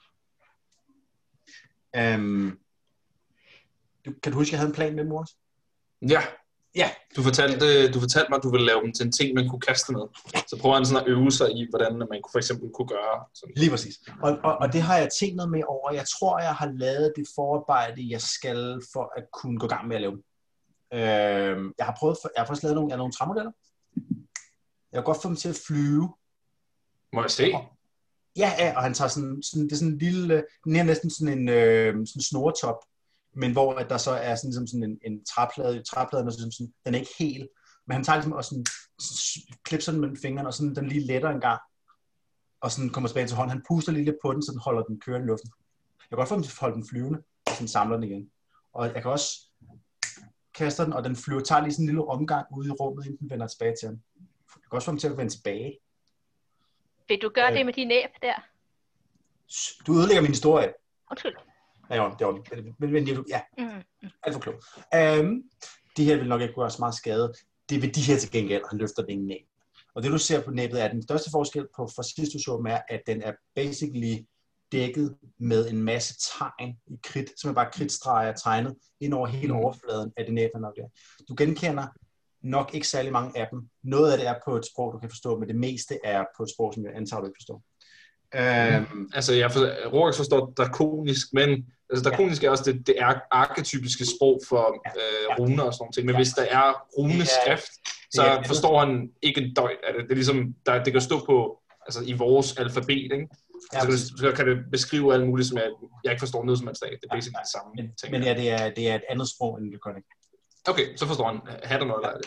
Kan du huske, at jeg havde en plan med mor? Ja. Du fortalte mig, at du ville lave dem til en ting, man kunne kaste med. Så prøver han sådan at øve sig i, hvordan man for eksempel kunne gøre sådan. Lige præcis. Og det har jeg tænkt noget med over. Jeg tror, jeg har lavet det forarbejde, jeg skal for at kunne gå i gang med at lave dem. Jeg har faktisk lavet nogle træmodeller. Jeg har godt få dem til at flyve. Må jeg se? Ja, og han tager sådan det er sådan en lille, næsten sådan en sådan snoretop, men hvor at der så er sådan en træplade, og sådan, den er ikke helt, men han tager ligesom og sådan klipser den mellem fingrene, og sådan den lige letter en gang, og sådan kommer tilbage til hånden. Han puster lige lidt på den, så den holder den kørende i luften. Jeg kan godt få dem til at holde den flyvende, og sådan samler den igen. Og jeg kan også kaste den, og den tager lige sådan en lille omgang ude i rummet, inden den vender tilbage til ham. Jeg kan også få dem til at vende tilbage. Vil du gøre det med de næb der? Du ødelægger min historie. Undskyld. Ja, det var men ja. Alt for klogt. De her vil nok ikke gøre så meget skade. Det vil de her til gengæld, han løfter den næb. Og det du ser på næbet er, den største forskel fra sidste du så med, at den er basically dækket med en masse tegn i kridt, som er bare kridtstreger tegnet ind over hele overfladen af det næb, han nok der. Du genkender nok ikke særlig mange af dem. Noget af det er på et sprog, du kan forstå, men det meste er på et sprog, som jeg antager, du ikke forstår. Altså, Rorax forstår drakonisk, men altså, drakonisk er også det arketypiske sprog for runer og sådan noget. Men hvis der er runeskrift, så forstår han ikke en døjt af det. Det er ligesom, det kan stå på, altså i vores alfabet, ikke? Så kan det beskrive alt muligt, som jeg ikke forstår noget som helst af. Det er basically det samme ting. Men det er et andet sprog, end det gør det. Okay, så forstår han. Hatter noget af det.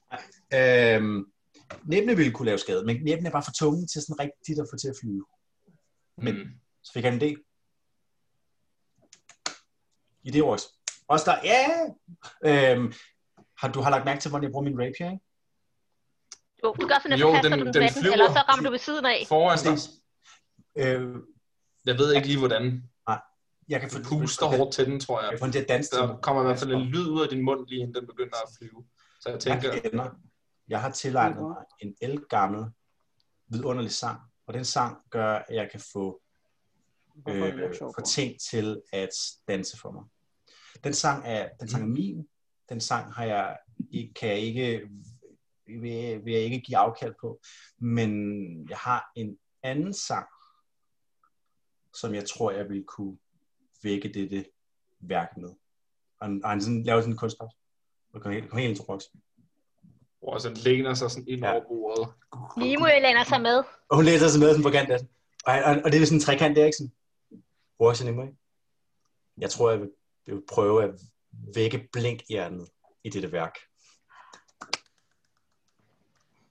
Næbbene ville kunne lave skade, men næbbene er bare for tunge til sådan rigtigt at få til at flyve. Men så fik han en del. I det også. Også der, du har lagt mærke til, hvordan jeg bruger min rapier, ikke? Jo, du gør sådan, at kaster du den flyver, eller så rammer du ved siden af. Foran dig. Jeg ved ikke lige, hvordan. Nej. Jeg kan få puster hårdt til den, tror jeg. Jeg får den til at danse til. Der kommer i hvert fald en lyd ud af din mund, lige inden den begynder at flyve. Så jeg tænker... Jeg har tilegnet mig en ældgammel, vidunderlig sang. Og den sang gør, at jeg kan få ting til at danse for mig. Den sang er min. Den sang vil jeg ikke give afkald på. Men jeg har en anden sang, som jeg tror, jeg vil kunne vække dette værk med. Og han laver sådan en kunstpause. Og kommer helt ind til Rox. Og så læner sig sådan ind over bordet. Nimue læner sig med. Og hun læser sig med sådan på kant der. Og det er sådan en trekant der, ikke sådan? Rox og Nimue. Jeg tror, jeg vil prøve at vække blinkhjernet i dette værk.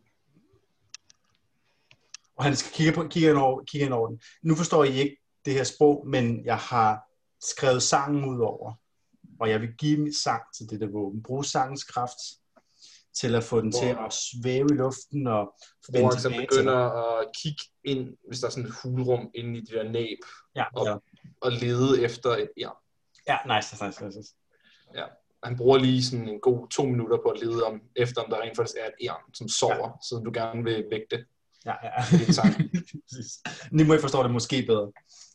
Og han kigger ind over den. Nu forstår I ikke det her sprog, men jeg har skrevet sangen ud over. Og jeg vil give min sang til det der våben. Brug sangens kraft til at få den til at svæve i luften og vende tilbage til begynder at kigge ind, hvis der er sådan et hulrum inde i det der næb, og lede efter et jern. Ja, nice. Ja, han bruger lige sådan en god 2 minutter på at lede efter, om der rent faktisk er et jern, som sover, så du gerne vil vække det. Ja. Nu må jeg forstå det måske bedre.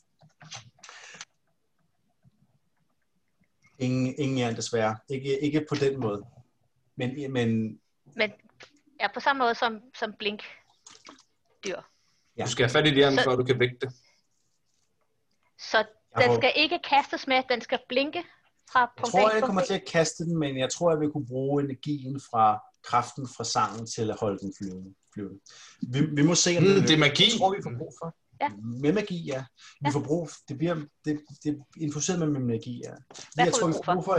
Ingen jern desværre. Ikke på den måde. Men ja, på samme måde som blink dyr. Ja. Du skal have fat i det jern, før du kan vække det. Så den skal ikke kastes med, den skal blinke fra punkt A. Jeg tror, jeg kommer til at kaste den, men jeg tror, jeg vil kunne bruge energien fra kraften fra sangen til at holde den flyvende. Vi må se, om det er magi. Jeg tror, vi får brug for. Ja. Med magi, ja. Vi får brug. Det er infuset med magi, ja. Jeg tror, vi får brug for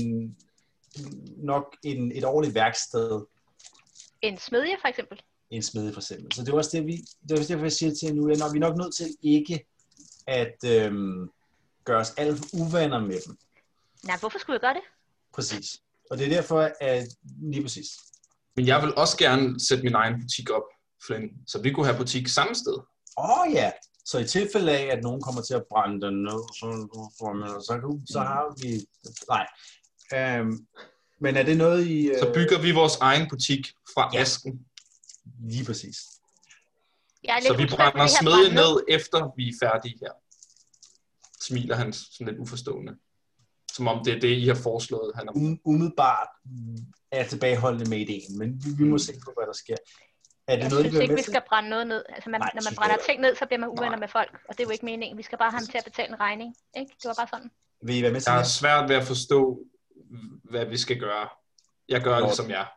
et ordentligt værksted. En smedje, for eksempel. En smedje, for eksempel. Så det var også det, derfor jeg siger til nu, at vi er nok nødt til ikke at gøre os alt uvenner med dem. Nej, hvorfor skulle jeg gøre det? Præcis. Og det er derfor, at lige præcis. Men jeg vil også gerne sætte min egen butik op, Flynn, så vi kunne have butik samme sted. Ja. Så i tilfælde af, at nogen kommer til at brænde den ned, så har vi... Nej. Men er det noget i... Så bygger vi vores egen butik fra asken. Lige præcis. Så vi brænder smedje ned, efter vi er færdige her. Smiler han sådan lidt uforstående. Som om det er det, I har foreslået. Han er... Umiddelbart er jeg tilbageholdende med ideen, men vi må se på, hvad der sker. Jeg synes ikke, vi skal brænde noget ned. Altså, når man brænder ting ned, så bliver man uvenner med folk, og det er jo ikke meningen. Vi skal bare have ham til at betale en regning. Ikke? Det var bare sådan. Vil I være med til det? Er svært ved at forstå, hvad vi skal gøre. Jeg gør det som jeg.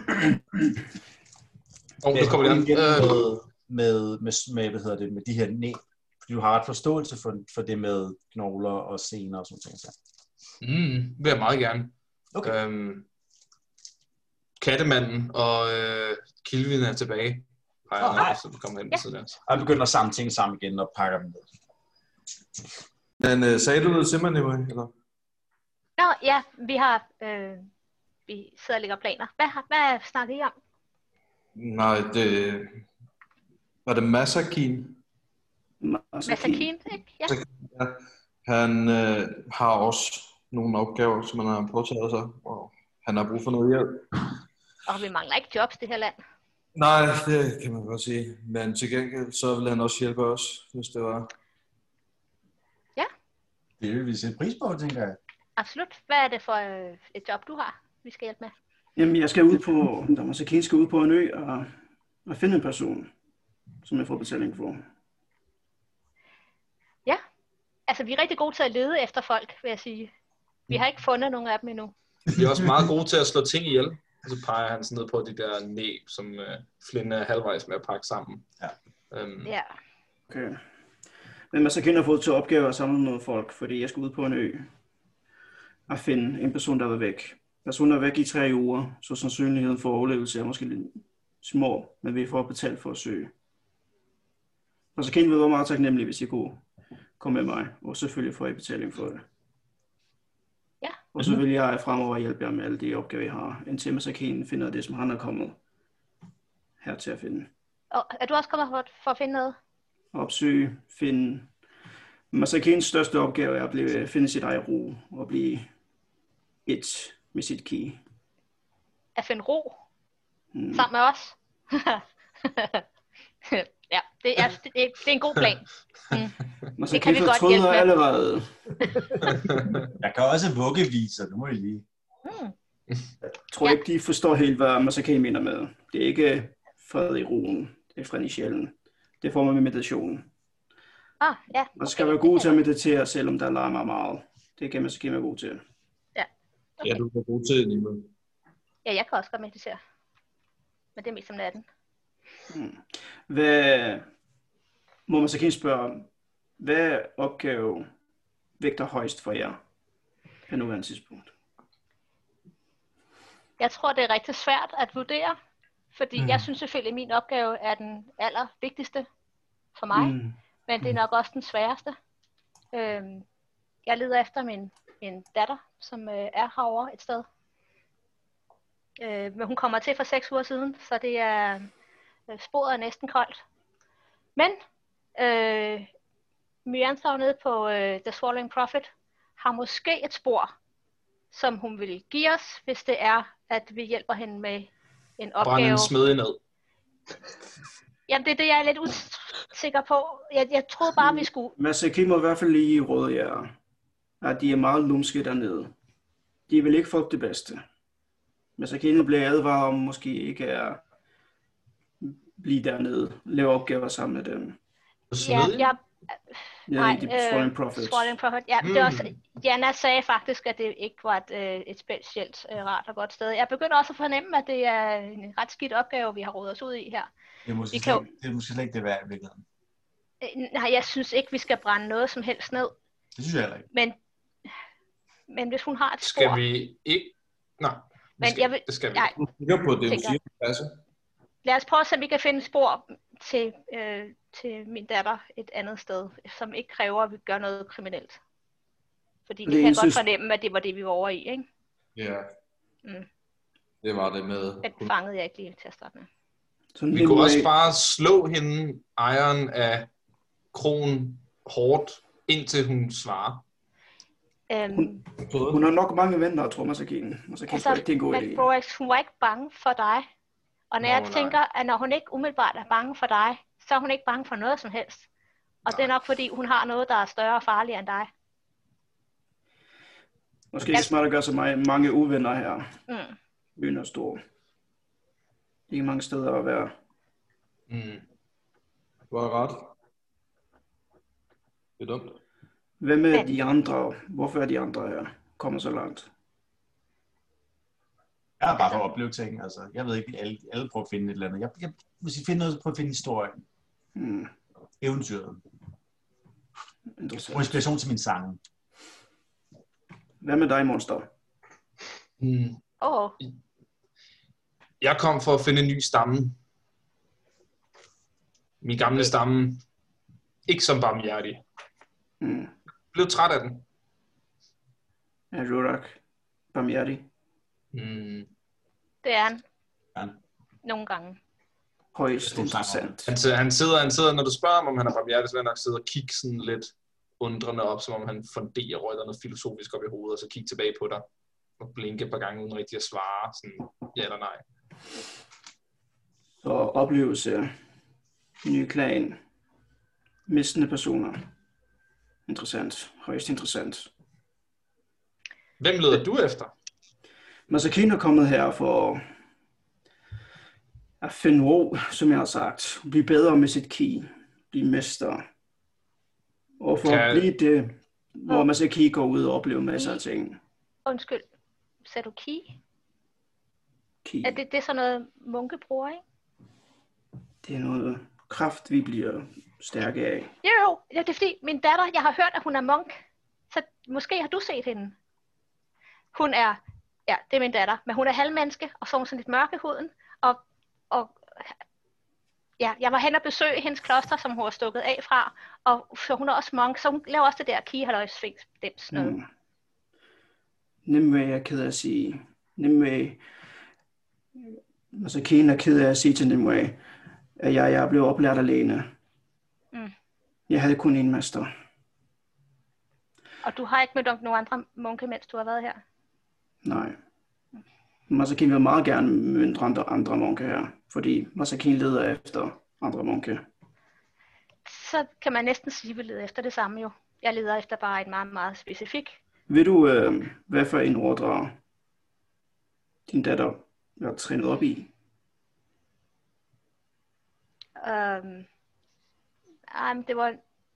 Nu kommer det med, hvad hedder det, med de her næb. Fordi du har ret forståelse for det med knogler og sener og sådan noget. Vil jeg meget gerne. Okay. Kattemanden og Kilvin er tilbage. Så du kommer hen til det. Jeg begynder at samle ting sammen igen og pakker dem ned. Men sagde du noget til mig, Nimue, eller? Nå, ja, vi sidder og lægger planer. Hvad snakker I om? Nej, det... Var det Masakin? Masakin, ikke? Ja. Han har også nogle opgaver, som han har påtaget sig, og han har brug for noget hjælp. Og vi mangler ikke jobs, det her land. Nej, det kan man godt sige. Men til gengæld, så vil han også hjælpe os, hvis det var. Ja. Det vil vi sætte pris på, tænker jeg. Absolut. Hvad er det for et job, du har, vi skal hjælpe med? Jamen, jeg skal ud på, Masakin skal ud på en ø og finde en person, som jeg får betaling for. Ja. Altså, vi er rigtig gode til at lede efter folk, vil jeg sige. Vi har ikke fundet nogen af dem endnu. Vi er også meget gode til at slå ting ihjel. Og så peger han sådan ned på de der næb, som Flynn er halvvejs med at pakke sammen. Ja. Okay. Men Masakin har fået til opgave at samle noget folk, fordi jeg skal ud på en ø og finde en person, der var væk. Personen er væk i 3 uger, så sandsynligheden for overlevelse er måske lidt små, men vi får betalt for at søge. Masakin vil være meget taknemmelig, hvis I kunne komme med mig, og selvfølgelig får I betaling for det. Ja. Og så vil jeg fremover hjælpe jer med alle de opgaver, jeg har, indtil Masakin finder det, som han er kommet her til at finde. Og er du også kommet for at finde noget? Opsøge, finde. Masakins største opgave er at finde sit eget ro og blive et med sit ki. At finde ro? Sammen med os? Ja, det er en god plan. Det kan vi godt hjælpe med. Allerede. Jeg kan også vuggeviser, nu må I lige. Jeg tror ikke, de forstår helt, hvad Masakin mener med. Det er ikke fred i roen, det er fred i sjælen. Det får man med meditationen. Ja. Okay. Man skal være god til at meditere, selvom der larmer meget. Det kan Masakin være god til. Ja. Okay. Ja, du er god til det. Ja, jeg kan også godt meditere. Men det er mest om natten. Må Masakin spørge, hvad opgave vægter højst for jer på nuværende tidspunkt? Jeg tror, det er rigtig svært at vurdere, Fordi jeg synes selvfølgelig, at min opgave er den allervigtigste for mig, men det er nok også den sværeste. Jeg leder efter min datter, som er herovre et sted. Men hun kommer til for 6 uger siden, så det er sporet er næsten koldt. Men Myantar nede på The Swallowing Prophet har måske et spor, som hun vil give os, hvis det er, at vi hjælper hende med en opgave. Brænde en smede ned. Jamen det er det, jeg er lidt usikker på. Jeg troede bare, vi skulle... Masaki må i hvert fald lige råde jer, at de er meget lumske dernede. De vil ikke få det bedste. Masaki bliver advaret om måske ikke er blive dernede, lave opgaver sammen med dem. Nej, Swallowing Prophet. Swallowing Prophet. Ja, det også, Jana sagde faktisk, at det ikke var et specielt rart og godt sted. Jeg begynder også at fornemme, at det er en ret skidt opgave, vi har rodet os ud i her. Det er måske slet ikke det værd i virkeligheden. Nej, jeg synes ikke, vi skal brænde noget som helst ned. Det synes jeg heller ikke. Men hvis hun har et spor... Skal vi ikke... Nej, det skal vi ikke. Nej, på det, hun siger. Lad os prøve at se, om vi kan finde spor til min datter et andet sted, som ikke kræver, at vi gør noget kriminelt. Fordi det kan jeg godt fornemme, at det var det, vi var over i, ikke? Ja. Det var det med... Den fangede jeg ikke lige til at starte med. Vi kunne også bare slå hende, ejeren af kronen, hårdt, indtil hun svarer. Hun har nok mange venner, tror Masaki. Altså, det er en god idé. Broax, hun var ikke bange for dig. Og når jeg tænker, at når hun ikke umiddelbart er bange for dig, så er hun ikke bange for noget som helst. Og det er nok fordi, hun har noget, der er større og farligere end dig. Måske ikke smart at gøre så mange uvenner her. Byen er stor. Ikke mange steder at være. Du har ret. Det er dumt. Hvem er de andre? Hvorfor er de andre her? Kommer så langt? Jeg er bare for at opleve ting, altså. Jeg ved ikke, alle prøver at finde et eller andet. Hvis I finder noget, så prøv at finde historien. Eventyret. Og inspiration til min sang. Hvad med dig, Monster? Jeg kom for at finde en ny stamme. Min gamle stamme. Ikke som barmhjertig. Blev træt af den. Er Rurak barmhjertig? Det er han. Ja. Nogle gange. Højst interessant. Han sidder, når du spørger ham, om han er barmhjertig, så vil han nok sidde og kigge sådan lidt undrende op, som om han funderer over noget filosofisk op i hovedet, og så kigge tilbage på dig og blinke et par gange uden rigtig at svare sådan ja eller nej. Så oplevelse, ny klan, mistende personer. Interessant. Højst interessant. Hvem leder du efter? Masakine er kommet her for at finde ro, som jeg har sagt. Blive bedre med sit ki. Blive mester. Og for at blive det, hvor Masakine går ud og oplever masser af ting. Undskyld. Sagde du ki? Ki. Er det sådan noget munke bruger, ikke? Det er noget kraft, vi bliver stærke af. Jo, det er fordi min datter, jeg har hørt, at hun er munk. Så måske har du set hende. Hun er, ja, det er min datter, men hun er halvmenneske, og så er hun sådan lidt mørk i huden. Og ja, jeg var hen og besøge hendes kloster, som hun var stukket af fra, og så hun er også munk, så hun laver også det der ki-halløjs sphinx noget. Nimue er ked af at sige. Nimue, altså Kien er ked af at sige til Nimue, at jeg er blevet oplært alene. Jeg havde kun en mester. Og du har ikke mødt nogen andre munke, mens du har været her? Nej. Masakine vil meget gerne møde andre munke her, fordi Masakine leder efter andre munke. Så kan man næsten sige, at vi leder efter det samme jo. Jeg leder efter bare en meget, meget specifik. Ved du, hvad for en ordre din datter er trænet op i? Det var...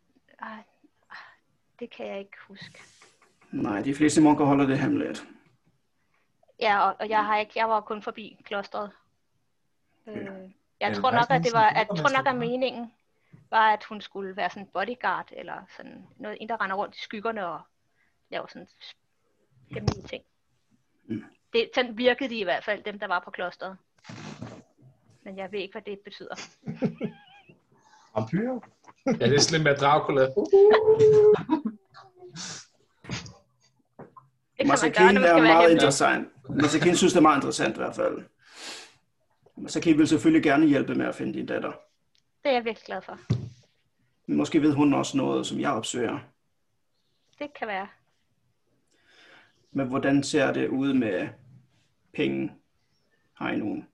det kan jeg ikke huske. Nej, de fleste munker holder det hemmeligt. Ja, og jeg var kun forbi klosteret. Jeg tror nok, at det var, at meningen var, at hun skulle være sådan bodyguard, eller sådan noget, en der render rundt i skyggerne og laver sådan hemmelige ting. Sådan virkede de i hvert fald, dem der var på klosteret. men jeg ved ikke, hvad det betyder. Vampyrer? Ja, det er slemt med Dracula. Masakin er meget interessant. Masakin synes, det er meget interessant i hvert fald. Masakin vil selvfølgelig gerne hjælpe med at finde din datter. Det er jeg virkelig glad for. Men måske ved hun også noget, som jeg opsøger. Det kan være. Men hvordan ser det ud med penge? Har I nogen?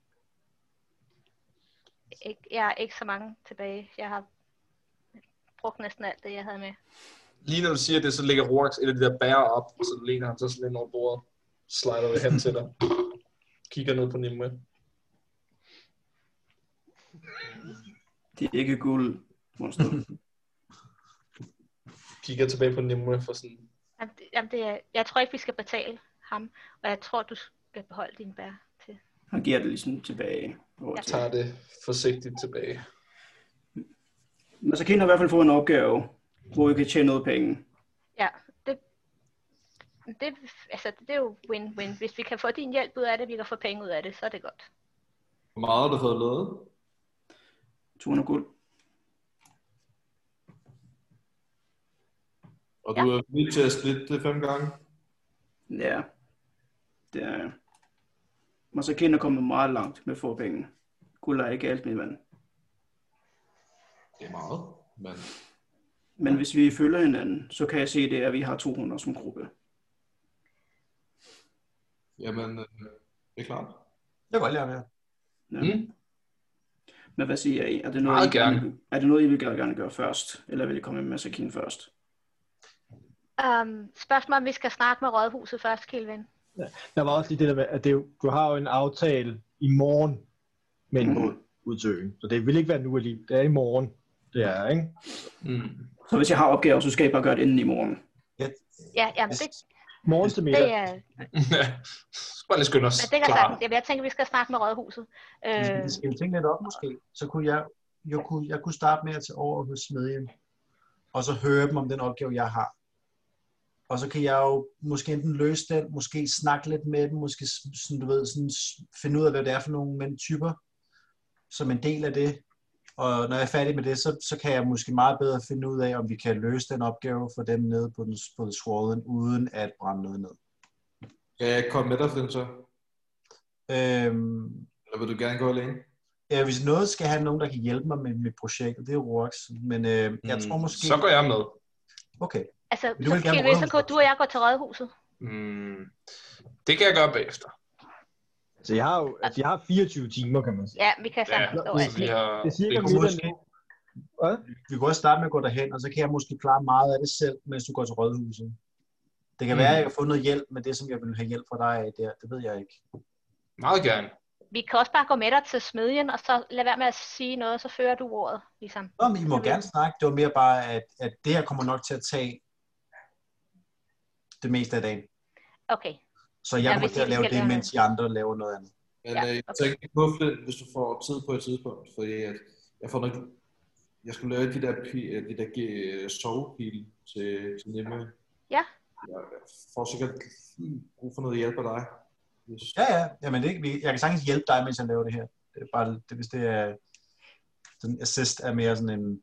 Jeg har ikke så mange tilbage. Jeg har brugt næsten alt det, jeg havde med. Lige når du siger det, så lægger Roax et af de der bærer op, og så læner han så sådan ind over bordet. Slider det hen til dig. Kigger ned på Nimue. Det er ikke guld, monster. Kigger tilbage på Nimue for sådan... Jamen jeg tror ikke, vi skal betale ham, og jeg tror, du skal beholde dine bær til. Han giver det ligesom tilbage. Jeg tager det forsigtigt tilbage. Masakin har i hvert fald fået en opgave, hvor I kan tjene noget penge. Ja, det er jo win-win. Hvis vi kan få din hjælp ud af det, vi kan få penge ud af det, så er det godt. Hvor meget har du fået lavet? 200 guld. Og du er villig til at splitte det 5 gange? Ja, det er jeg. Masakin er kommet meget langt med få penge. Guld er ikke alt, min ven. Det er meget, men hvis vi følger hinanden, så kan jeg se det, at vi har 200 som gruppe. Jamen, det er klart. Jeg vil godt lære mere. Ja. Men hvad siger I? Er det noget, I vil gerne gøre først? Eller vil I komme med Masakin først? Spørgsmål om vi skal snakke med rådhuset først, Kelvin. Ja, der var også lige det der med, at du har jo en aftale i morgen med en båd ud til øen. Så det vil ikke være nu alligevel. Det er i morgen. Det er, ikke? Så hvis jeg har opgaver, så skal I bare gøre det inden i morgen. Ja, jamen det... Morgen til middag. Det er... Skal lige skynde os. Men det kan sagtens. Jeg tænker, vi skal snakke med rådhuset. Vi skal tænke lidt op måske. Så kunne jeg kunne starte med at tage over hos smedjen. Og så høre dem om den opgave, jeg har. Og så kan jeg jo måske enten løse den, måske snakke lidt med dem, måske sådan, du ved, sådan, finde ud af, hvad det er for nogle typer, som en del af det. Og når jeg er færdig med det, så kan jeg måske meget bedre finde ud af, om vi kan løse den opgave for dem nede på The Swollen, uden at brænde noget ned. Kan jeg komme med dig, Flynn, så? Eller vil du gerne gå alene? Ja, hvis noget skal have nogen, der kan hjælpe mig med mit projekt, det er Roax. Men jeg tror måske... Så går jeg med. Okay. Altså, så kan du og jeg gå til rådhuset. Det kan jeg gøre bagefter. Så jeg har 24 timer, kan man sige. Ja, vi kan sagtens nå alt. Det siger måske... Vi kan også starte med at gå derhen, og så kan jeg måske klare meget af det selv, mens du går til rådhuset. Det kan være, at jeg kan få noget hjælp med det, som jeg vil have hjælp fra dig af der. Det ved jeg ikke. Meget gerne. Vi kan også bare gå med dig til smedjen, og så lade være med at sige noget, så fører du ordet, ligesom. Nå, men I må gerne snakke. Det var mere bare, at det her kommer nok til at tage det meste af dagen. Okay. Så jeg kommer til at lave det, mens de andre laver noget andet. Men jeg tænker på Flynn, hvis du får tid på et tidspunkt, fordi at jeg skulle lave de der sovepile til Nimue. Ja. Jeg får sikkert brug for noget hjælp af dig. Ja, men jeg kan sagtens hjælpe dig, mens jeg laver det her. Det er bare, hvis det er sådan assist er mere sådan en...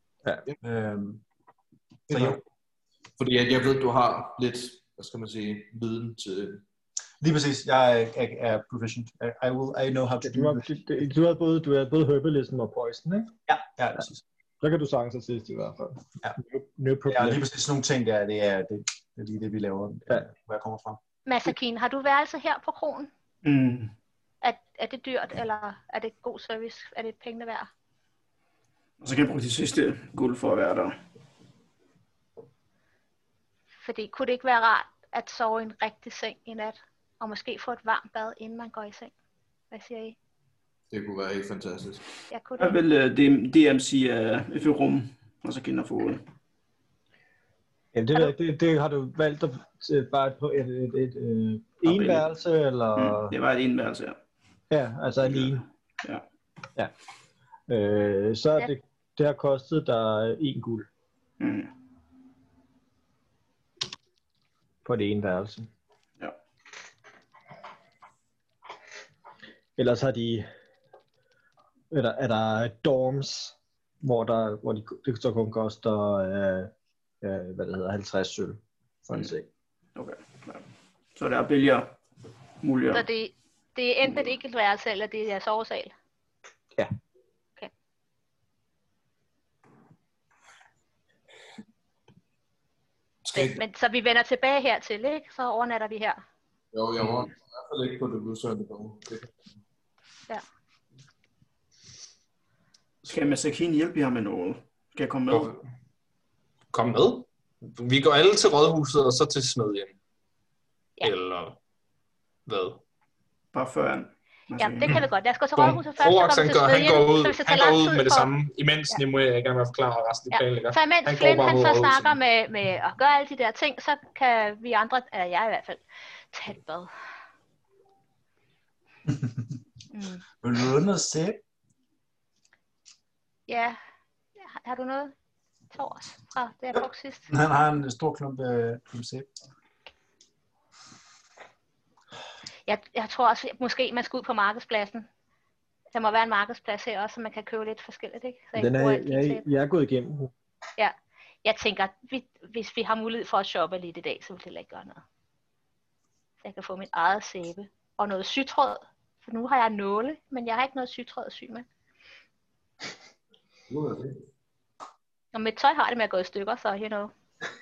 Så jo. Fordi jeg ved, du har lidt, hvad skal man sige, viden til... Lige præcis. Jeg er proficient. I know how to do it. Du er både herbalism og poison, ikke? Ja, præcis. Så kan du sagtens assist i hvert fald. Ja. No problem. Ja, lige præcis sådan nogle ting der, det er lige det, vi laver, hvor jeg kommer fra. Masakin, har du værelse her på kronen? Er det dyrt, eller er det god service? Er det pengene værd? Og så kan jeg bruge de sidste guld for at være der. Fordi kunne det ikke være rart at sove i en rigtig seng i nat, og måske få et varmt bad, inden man går i seng? Hvad siger I? Det kunne være helt fantastisk. Jeg vil DM sige et rum, og så kan jeg få det. Ja, det har du valgt at bare på et enværelse, eller? Det var et enværelse, ja. Ja, altså alene. Ja. Så det har kostet dig 1 guld. På det ene værelse. Ja. Ellers har de er der dorms, hvor det så kun koster 50 sølv for en seng. Okay. Ja. Så det er billigere muligere. Så det er enten et enkelt værelse, eller det er sovesal? Ja. Okay. Men så vi vender tilbage hertil, ikke? Så overnatter vi her. Jo, jeg var i hvert fald ikke på det udsøgende dog. Ja. Skal Masakin hjælpe jer med noget? Skal jeg komme med? Kom med. Vi går alle til rådhuset, og så til smedjen. Ja. Eller hvad? Bare foran. Ja, det kan vi godt. Lad os gå til rådhuset først, Roax, så kommer vi til smedjen. han går ud med det samme, imens Nimue er i gang med at forklare, og resten af planlægger. Så imens Flynn han så snakker med at gøre alle de der ting, så kan vi andre, eller jeg i hvert fald, tage et bad. Vil du noget sæt? Ja. Har du noget? Tors fra det, jeg brugte sidst? Han har en stor klump sæt. Jeg tror også, måske man skal ud på markedspladsen. Der må være en markedsplads her også, så man kan købe lidt forskelligt, ikke? Så jeg er gået igennem. Ja, jeg tænker, hvis vi har mulighed for at shoppe lidt i dag, så vil det heller ikke gøre noget. Så jeg kan få mit eget sæbe og noget sytråd. For nu har jeg nåle, men jeg har ikke noget sytråd at sy med. Og mit tøj har det med at gå i stykker, så you know.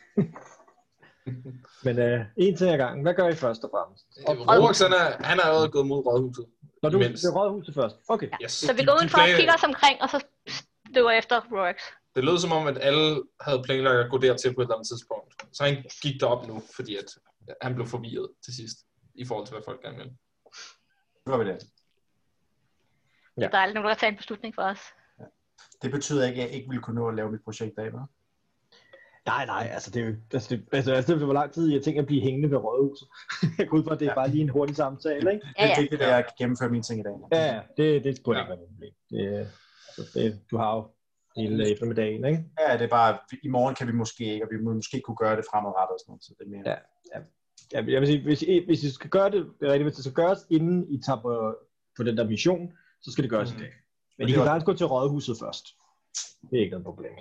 Men en ting ad gangen. Hvad gør I først og fremmest? Roax, han er allerede gået mod rådhuset. Når du vil rådhuset først? Okay. Ja. Yes. Så vi går udenfor og kigger os omkring, og så støver efter Roax. Det lød som om, at alle havde planlagt at gå dertil på et eller andet tidspunkt. Så han gik derop nu, fordi at han blev forvirret til sidst, i forhold til, hvad folk gerne vil. Nu gør vi det. Ja. Der er aldrig nogen, der kan tage en beslutning for os. Ja. Det betyder ikke, at jeg ikke ville kunne nå at lave mit projekt af, hva'? Nej, altså det er jo, altså hvor lang tid jeg tænker at blive hængende ved rådhuset. Jeg går ud fra, at det er bare lige en hurtig samtale, ikke? Det er vigtigt, at jeg kan gennemføre mine ting i dag. Ja, det burde ikke være noget problem. Du har jo hele eftermiddagen, ikke? Ja, det er bare, i morgen kan vi måske ikke, og vi må måske kunne gøre det fremadrettet og sådan noget, så det er mere... Ja, jeg vil sige, hvis I skal gøre det rigtigt, hvis det skal gøres, inden I tager på den der mission, så skal det gøres i dag. Men I kan faktisk gå til rådhuset først. Det er ikke noget problem.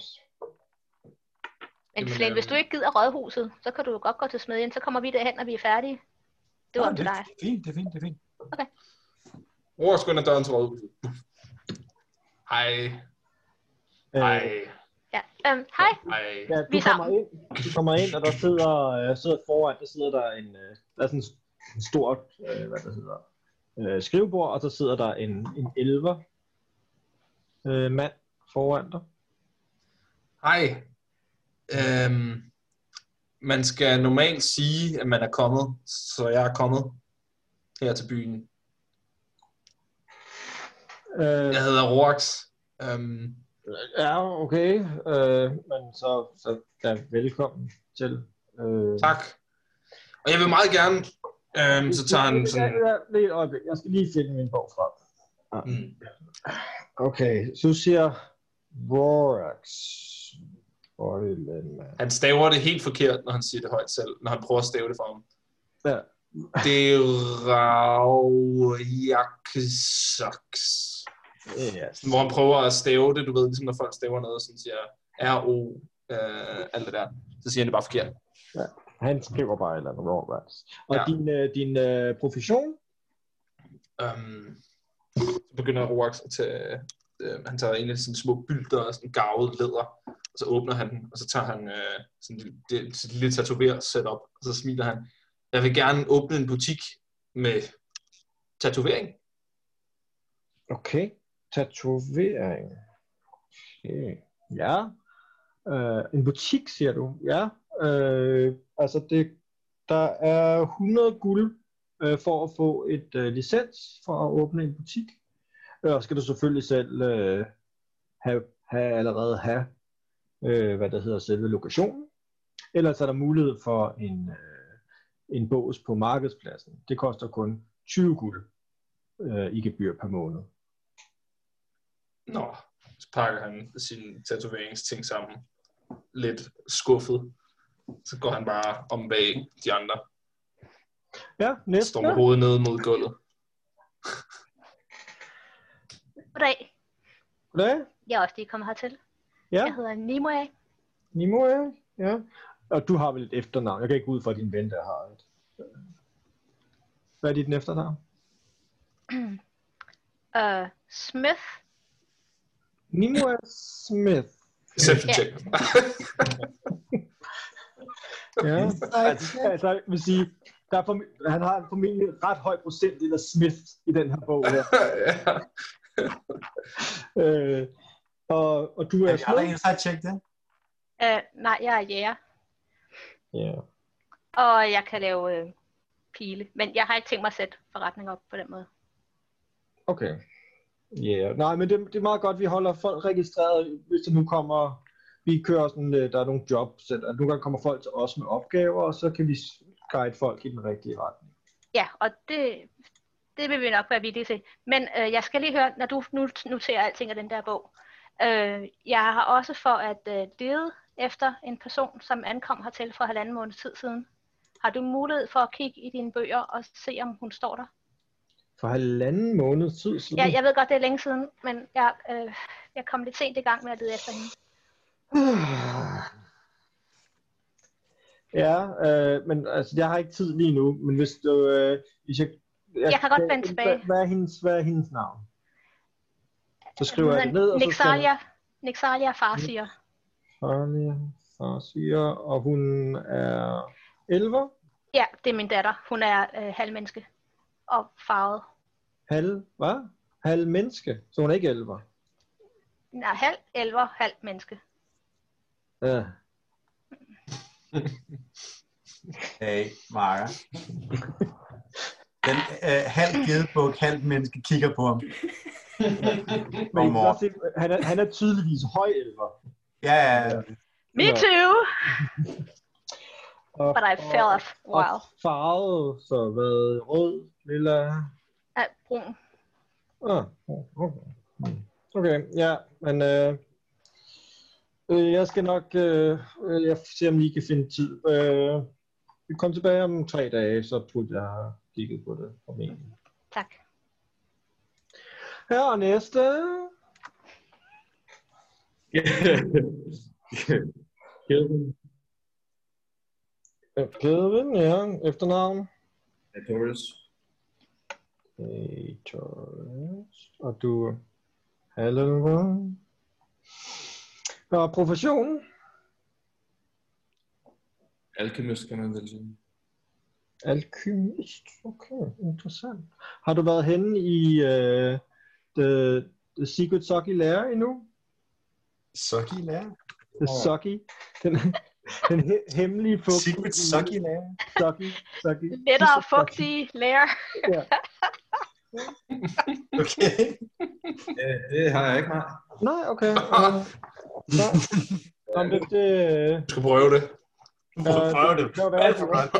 Men Flynn, hvis du ikke gider rådhuset, så kan du godt gå til smedjen, så kommer vi derhen, når vi er færdige. Det var til dig. Det er fint. Okay. Roax går ind ad døren til rådhuset. Hej. Hej. Ja, hej. Ja, du kommer ind, og der sidder foran, der er sådan en stor, skrivebord, og så sidder der en elver mand foran dig. Hej. Man skal normalt sige, at man er kommet, så jeg er kommet her til byen. Jeg hedder Roax. Ja, okay. Men så ja, velkommen til. Tak. Og jeg vil meget gerne, så tager han sådan... Ja, jeg skal lige finde min bog frem. Okay, så siger Roax. Han staver det helt forkert, når han siger det højt selv, når han prøver at stave det for ham. Ja. Det er Raujaks. Yes. Hvor han prøver at stave det, du ved, ligesom når folk staver noget, sådan siger R-O, alt det der. Så siger han det bare forkert. Ja. Han skriver bare et eller andet Roax. Og ja. din profession? Så begynder Roax at tage... han tager en af sine små bylder og sådan garvet læder, og så åbner han den, og så tager han sådan et lille tatoveret-setup, og så smiler han. Jeg vil gerne åbne en butik med tatovering. Okay, tatovering. Okay. Ja. En butik, siger du? Ja. Altså, der er 100 guld for at få et licens for at åbne en butik. Og skal du selvfølgelig selv allerede have selve lokationen. Ellers er der mulighed for en bås på markedspladsen. Det koster kun 20 guld i gebyr per måned. Nå, så pakker han sine tatoveringsting sammen. Lidt skuffet. Så går han bare om bag de andre. Ja, næste. Står med hovedet nede mod gulvet. Goddag. Goddag. Jeg er også lige kommet hertil. Ja. Jeg hedder Nimue. Nimue, ja. Og du har vel et efternavn. Jeg kan ikke gå ud fra din ven, der har et. Hvad er dit efternavn? Smith. Nimue Smith. Check. Ja. Altså, jeg vil sige, han har formentlig en ret høj procent af Smith i den her bog her. Og du er Smith? Jeg har tjekket det. Nej, jeg er jæger. Ja. Og jeg kan lave pile, men jeg har ikke tænkt mig at sætte forretning op på den måde. Okay. Ja, nej, men det er meget godt, vi holder folk registreret, hvis der nu kommer, vi kører sådan, der er nogle jobs, at nu kommer folk til os med opgaver, og så kan vi guide folk i den rigtige retning. Ja, og det vil vi nok være villige til. Men jeg skal lige høre, når du nu noterer alting af den der bog. Jeg har også for at lede efter en person, som ankom hertil for 1,5 måneds tid siden. Har du mulighed for at kigge i dine bøger og se, om hun står der? For 1,5 måneds tid siden? Ja, jeg ved godt, det er længe siden, men jeg kom lidt sent i gang med at lede efter hende. Ja, men altså, jeg har ikke tid lige nu, men hvis du... hvis jeg kan godt vende tilbage. Hvad er hendes navn? Så skriver jeg det ned, og Nixalia Farsier. Farsier, og hun er 11? Ja, det er min datter. Hun er halvmenneske og farvet. Hvad? Halvmenneske? Så hun er ikke 11? Nej, halv elver, halv menneske. Ja. Hey, Maja. Den halv gedebuk, halv menneske kigger på ham. Men han er tydeligvis høj elver. Ja. Me too! But I fell off a while. Og farvet, så hvad? Rød, lilla? Brun. Okay, ja, men jeg skal nok, jeg ser om I kan finde tid. Vi kommer tilbage om 3 dage, så burde jeg have kigget på det formentlig. Tak. Her og næste. Kelvin, ja, efternavn. Torres. Torres. Og du Halleluja. Og professionen? Alkymist, kan man vel sige. Alkymist, okay, interessant. Har du været henne i The Secret Sucky Lair endnu? Sucky Lair? The Sucky. Den hemmelige fugt. Secret Sucky Lair? Sucky. Lettere fugtige lair. Ja. Okay. Det har jeg ikke, nej. Nej, okay. Om det... Du skal prøve det. Du må prøve det. Alt for godt.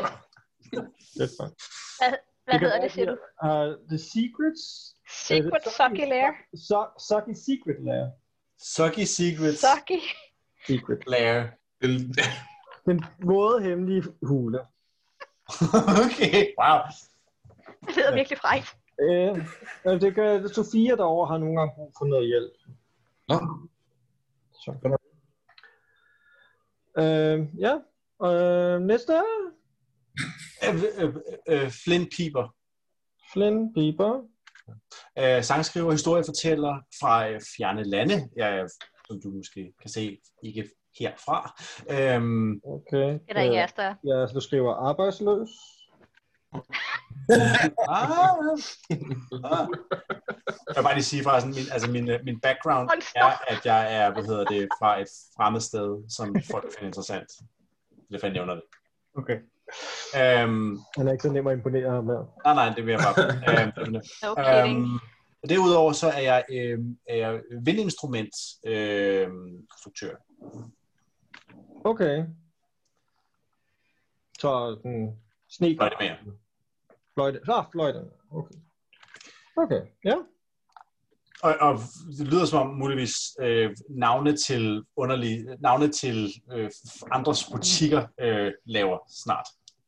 Hvad hedder det, siger du? The Secrets. Secret Sucky Lair. Sucky Secret Lair. Sucky Secret. Sucky Secret Lair. Den våde hemmelige hule. Okay, wow. Det lyder virkelig frækt. Det gør Sofia derovre har nogle gange brug for noget hjælp. Nå. Så. Ja. Næste. Flynn Pieper. Flynn Pieper. Sangskriver, historiefortæller fra fjerne lande. Som du måske kan se, ikke herfra. Okay. Det er der ingen af os, der. Ja, så du skriver arbejdsløs. Jeg vil bare lige sige fra min background er, at jeg er, fra et fremmed sted, som folk finder interessant. Det fandt jeg under det. Okay. Han er ikke så nem at imponere ham med. Nej, det vil jeg bare. Derudover så er jeg vindinstrument konstruktør. Okay. Så sne. Fløjte. Okay, ja. Og det lyder som om muligvis navne til andres butikker laver snart.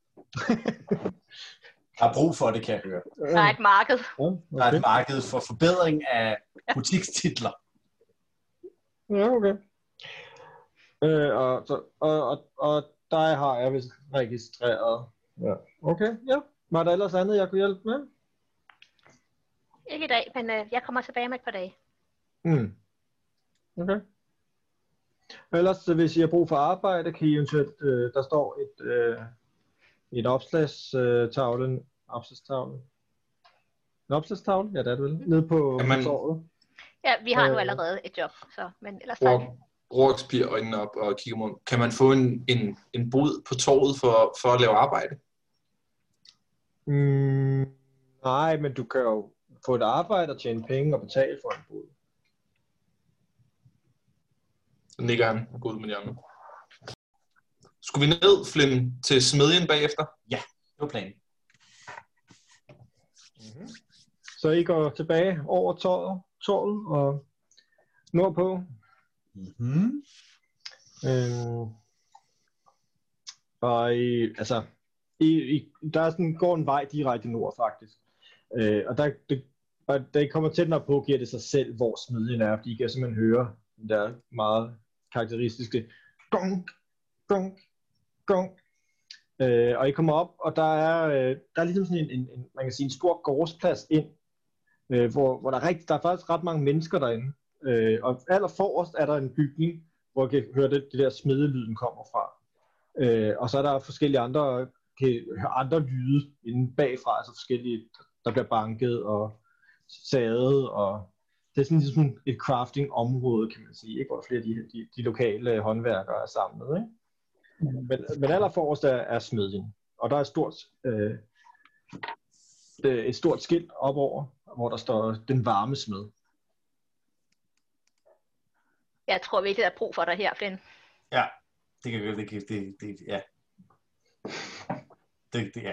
Der er brug for det, kan jeg høre. Der er et marked. Der er et marked for forbedring af butikstitler. Ja, okay. Og der har jeg vist registreret. Ja, okay, ja. Var der ellers andet, jeg kunne hjælpe med? Ikke i dag, men jeg kommer tilbage med et par dage. Okay. Ellers, hvis I har brug for arbejde, kan I eventuelt, der står et opslagstavle. En opslagstavle? Ja, det er det vel. Nede på torvet. Ja, vi har nu allerede et job, så, men ellers tak. Rourke spiger øjnene op og kigger mod. Kan man få en bod på torvet for at lave arbejde? Nej, men du kan jo få et arbejde og tjene penge og betale for en bod. Så nikker han og går ud med hjørnet. Skulle vi ned, Flynn, til smedjen bagefter? Ja, det var planen. Mm-hmm. Så I går tilbage over torvet og nordpå. Mm-hmm. Og der er sådan, går en vej direkte nord faktisk. Og da I kommer tæt nok på, giver det sig selv, hvor smedjen er, fordi I kan simpelthen høre den der meget karakteristiske gong, gong, gong. Og I kommer op, og der er ligesom sådan en man kan sige, en stor gårdsplads ind, hvor der er faktisk ret mange mennesker derinde. Og allerforrest er der en bygning, hvor I kan høre det der smedelyden kommer fra. Og så er der forskellige andre lyde inde bagfra, altså forskellige, der bliver banket og saget, og det er sådan ligesom et crafting-område, kan man sige, ikke? Hvor flere af de lokale håndværkere er samlet, ikke? Men allerforrest er smedjen, og der er et stort skilt op over, hvor der står den varme smed. Jeg tror virkelig, der er brug for dig her, Flynn. Ja, det kan ja. Ja.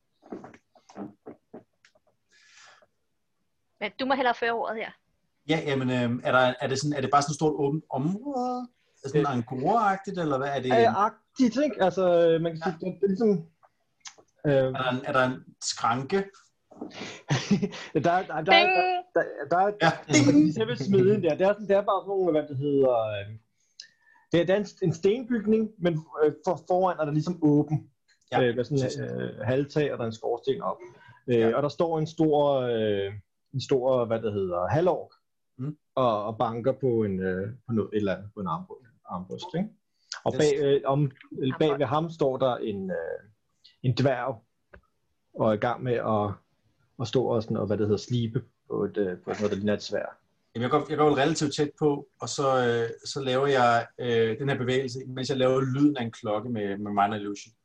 Men du må hellere føre ordet her. Ja, jamen, er det bare sådan et stort åbent område? Sådan angora-agtigt, eller hvad er det? Agtigt, ikke? Altså, man kan sige, det er ligesom... Er der en skranke? der er selve smeden der. Det er bare sådan nogle, hvad det hedder... Det er en stenbygning, men foran er der ligesom åben. Ja, med sådan halvtag, og der er en skorsten op. Og der står en stor hvad det hedder, halvork, og banker på et eller andet, på en armbrust, ikke? Og bag ved ham står der en dværg, og er i gang med at stå og sådan, og hvad det hedder, slibe på noget, der ligner et sværd. Jeg går vel relativt tæt på, og så laver jeg den her bevægelse, mens jeg laver lyden af en klokke med minor illusion.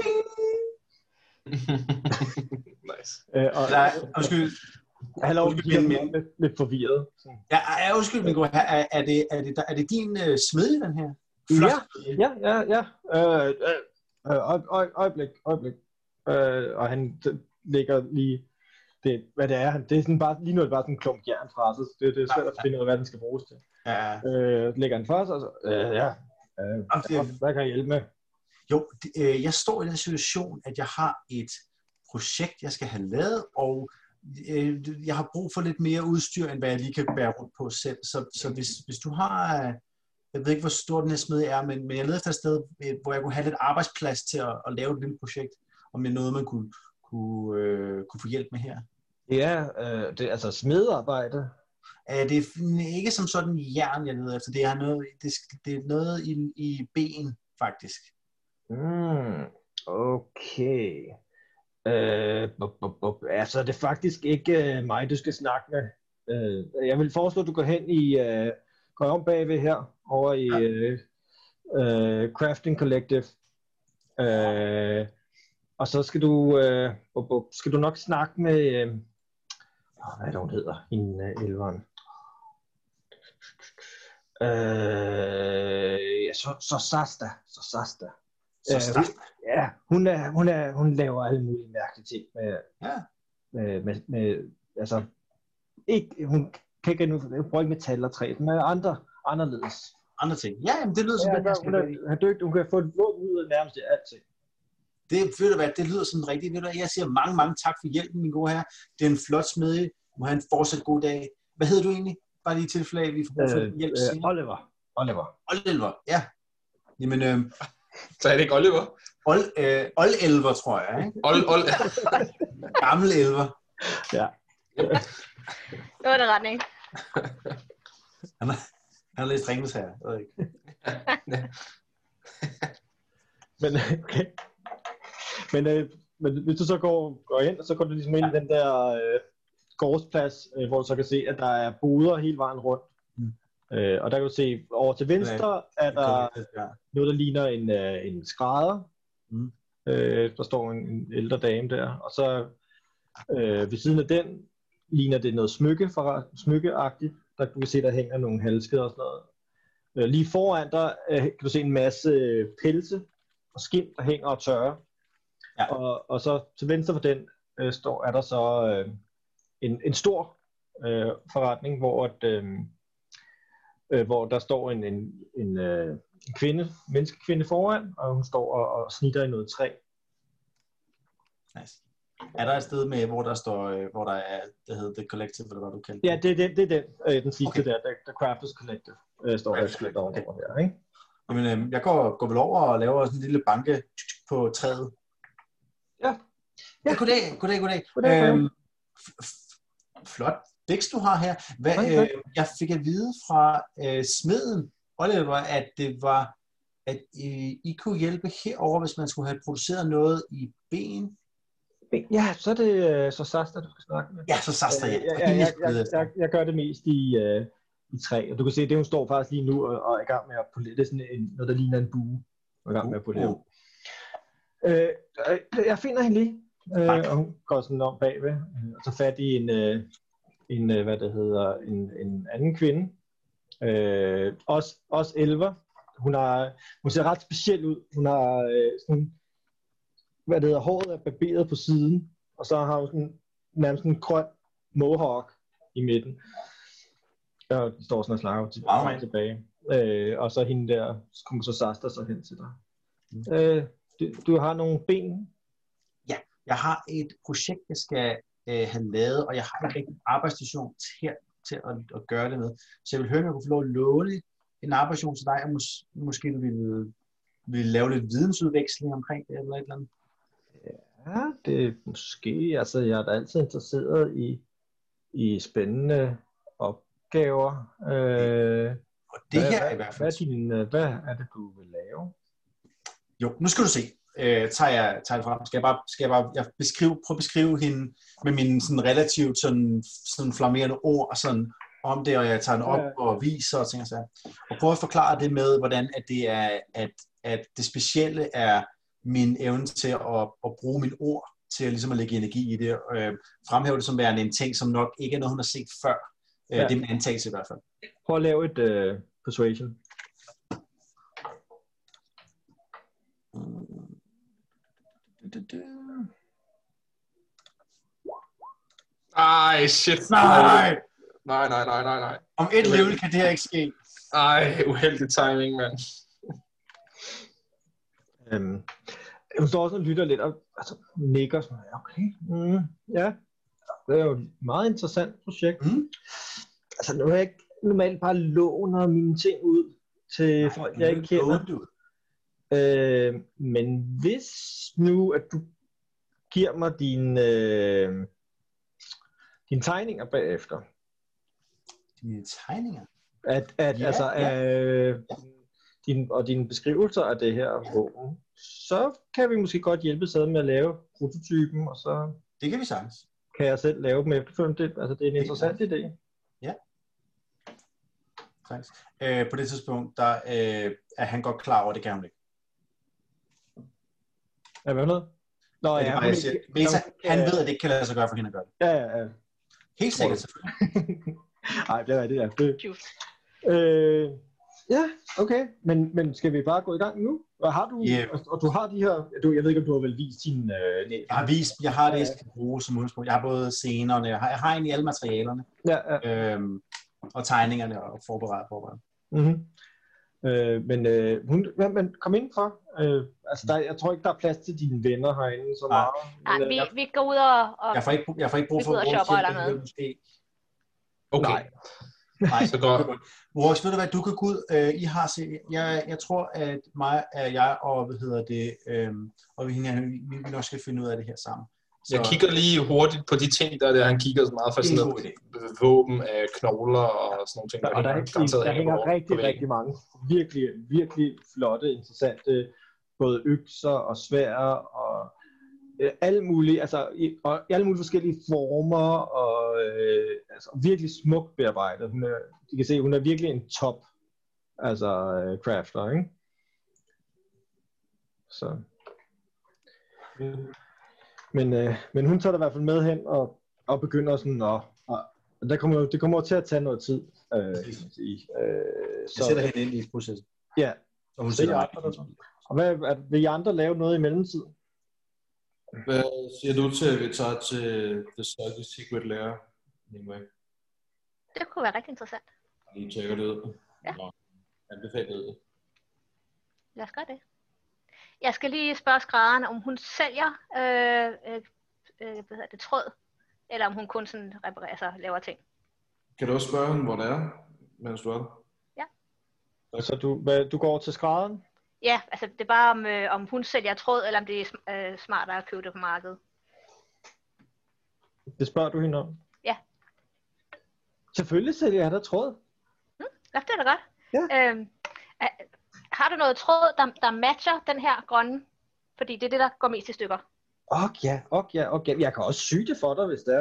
Nice. Undskyld. Hallo, lidt forvirret. Ja, undskyld, min gode her. Er det din smedje, den her? Ja. Øjeblik. Og han lægger lige... Hvad det er, det er sådan bare, lige nu er det bare sådan en klump jern fra sig. Det er svært at finde ud af, hvad den skal bruges til. Ja. Lægger den for sig, og så, hvad kan jeg hjælpe med? Jo, jeg står i den situation, at jeg har et projekt, jeg skal have lavet, og jeg har brug for lidt mere udstyr, end hvad jeg lige kan bære rundt på selv. Så hvis du har, jeg ved ikke, hvor stor den her smed er, men jeg leder efter et sted, hvor jeg kunne have lidt arbejdsplads til at lave et lille projekt, om det er noget, man kunne få hjælp med her. Ja, det er altså smedarbejde. Det er ikke som sådan jern, jeg leder efter. Det er noget i ben, faktisk. Okay. Altså, det er faktisk ikke mig, du skal snakke med. Jeg vil foreslå, at du går om bagved her, over i Crafting Collective. Og så skal du nok snakke med, hvad er det, hun hedder, hende elveren. Sasta. Ja, hun laver alle mulige mærkelige ting med altså, ikke, hun kan ikke, hun bruger ikke metal og træ, men anderledes. Andre ting. Ja, jamen, det lyder som hun kan få et våben ud af nærmest alting. Det lyder sådan rigtigt. Jeg siger mange tak for hjælpen, min gode herre. Det er en flot smedje. Må have en fortsat god dag. Hvad hedder du egentlig? Bare lige i tilfælde, vi får brug for hjælp. Oldelver, ja. Jamen, så er det ikke Oliver? Oldelver, tror jeg, ikke? Gammel elver. Ja. Det var det retning. Han har læst Ringens Herre, jeg ved ikke. Men hvis du så går ind, så går du ligesom ind i den der gårdsplads, hvor du så kan se, at der er boder hele vejen rundt. Og der kan du se, over til venstre er der noget, der ligner en skrædder. Der står en ældre dame der. Og så ved siden af den ligner det noget smykkeagtigt. Der kan vi se, der hænger nogle halskeder og sådan noget. Lige foran der kan du se en masse pelse og skind, der hænger og tørrer. Ja. Og så til venstre for den er der så en stor forretning, hvor der står en menneskekvinde foran, og hun står og snitter i noget træ. Nice. Er der et sted med, hvor der står, hvor der er, der hedder The Collective, eller hvad du kalder det? Ja, det er den sidste okay. Der, The Crafters Collective, står der skrevet over der, ikke? Jamen, jeg går vel over og laver sådan en lille banke på træet. Ja. Goddag. Flot dæks, du har her. Jeg fik at vide fra smeden, Oliver, at det var, at I kunne hjælpe herover, hvis man skulle have produceret noget i ben. Ja, så er det så Sasta, du skal snakke med. Ja, så Sasta, jeg gør det mest i træ, og du kan se, det hun står faktisk lige nu og er i gang med at polere. Det er sådan noget, der ligner en bue, og er i gang med at polere. Jeg finder hende lige, og hun går sådan om bagved, og tager fat i en anden kvinde. Også elver. Hun ser ret speciel ud. Hun har sådan, håret er barberet på siden, og så har hun sådan, nærmest en grøn mohawk i midten. Og de står sådan og snakker tilbage. Og så hende der, så kommer så Sasta så hen til dig. Du har nogle ben? Ja, jeg har et projekt, jeg skal have lavet, og jeg har en rigtig arbejdsstation til at gøre det med. Så jeg vil høre, om jeg kunne få lov at låne en arbejdsstation til dig, og måske du ville lave lidt vidensudveksling omkring det, eller et eller andet. Ja, det er måske. Altså, jeg er da altid interesseret i spændende opgaver. Og det her er i hvert fald. Hvad er det, du vil lave? Jo, nu skal du se. Tager jeg det frem. Skal jeg bare prøve at beskrive hende med mine sådan relativt sådan flammerende ord og sådan om det, og jeg tager den op og viser og ting så. Og prøve at forklare det med, hvordan at det er, at det specielle er min evne til at bruge mine ord til ligesom at lægge energi i det. Fremhæve det som værende en ting, som nok ikke er noget, hun har set før. Det er min antagelse i hvert fald. Prøv at lave et persuasion. Ej, shit. Nej. Om et level kan det her ikke ske. Ej, uheldig timing, mand. Hun står også og lytter lidt og altså, nikker sådan, okay, ja, det er jo et meget interessant projekt. Altså, nu har jeg ikke normalt bare låner mine ting ud til folk, jeg ikke kender. Men hvis nu, at du giver mig dine tegninger bagefter. Dine tegninger? Dine beskrivelser af det her våben, så kan vi måske godt hjælpe sig med at lave prototypen, og så det kan vi sagtens. Kan jeg selv lave dem efterfølgende. Det er en interessant idé. Ja. Thanks. På det tidspunkt, der er han godt klar over, det kan hun ikke. Ja, hvad noget? Nå, ja, han ved, at det ikke kan lade sig gøre for hende at gøre det. Ja. Helt sikkert, selvfølgelig. Nej, det er det. Ja, okay. Men skal vi bare gå i gang nu? Og har du, og du har de her, jeg ved ikke, om du har vel vist dine... Jeg har det, jeg skal bruge som udgangspunkt. Jeg har både scenerne, jeg har egentlig alle materialerne. Ja. Og tegningerne og forberedt. Mm-hmm. Men kom indenfor. Jeg tror ikke, der er plads til dine venner herinde så meget. Nej, vi går ud og... Jeg får ikke brug for at shoppe eller noget. Okay. Nej. Nej, så godt. Rorax, ved du hvad, du kan gå ud. I har set, jeg tror, at jeg og, og vi nok skal finde ud af det her sammen. Så jeg kigger lige hurtigt på de ting, der han kigger så meget fascineret våben af knogler og sådan nogle ting. Der hænger rigtig mange virkelig flotte, interessante, både økser og sværd og alle mulige, i alle mulige forskellige former og virkelig smukt bearbejdet. De kan se, hun er virkelig en top crafter, ikke? Så. Men hun tager da i hvert fald med hen og begynder sådan det kommer til at tage noget tid. Jeg sætter hende ind i processen. Ja. Og hun sætter og hvad vil I andre lave noget i mellemtiden? Hvad siger du til, at vi tager til The Study Secret Lair? Det kunne være rigtig interessant. I tjekker det ud. Ja. Og anbefaler det. Lad os gøre det. Jeg skal lige spørge skrædderen, om hun sælger tråd, eller om hun kun sådan reparerer, laver ting. Kan du også spørge hende, hvor det er, mens du er der? Ja. Så du går til skrædderen? Ja, altså det er bare om hun sælger tråd, eller om det er smartere at købe det på markedet. Det spørger du hende om? Ja. Selvfølgelig sælger jeg der tråd. Ja, det er da godt. Ja. Har du noget tråd, der matcher den her grønne? Fordi det er det, der går mest i stykker. Ja. Jeg kan også sy det for dig, hvis det er.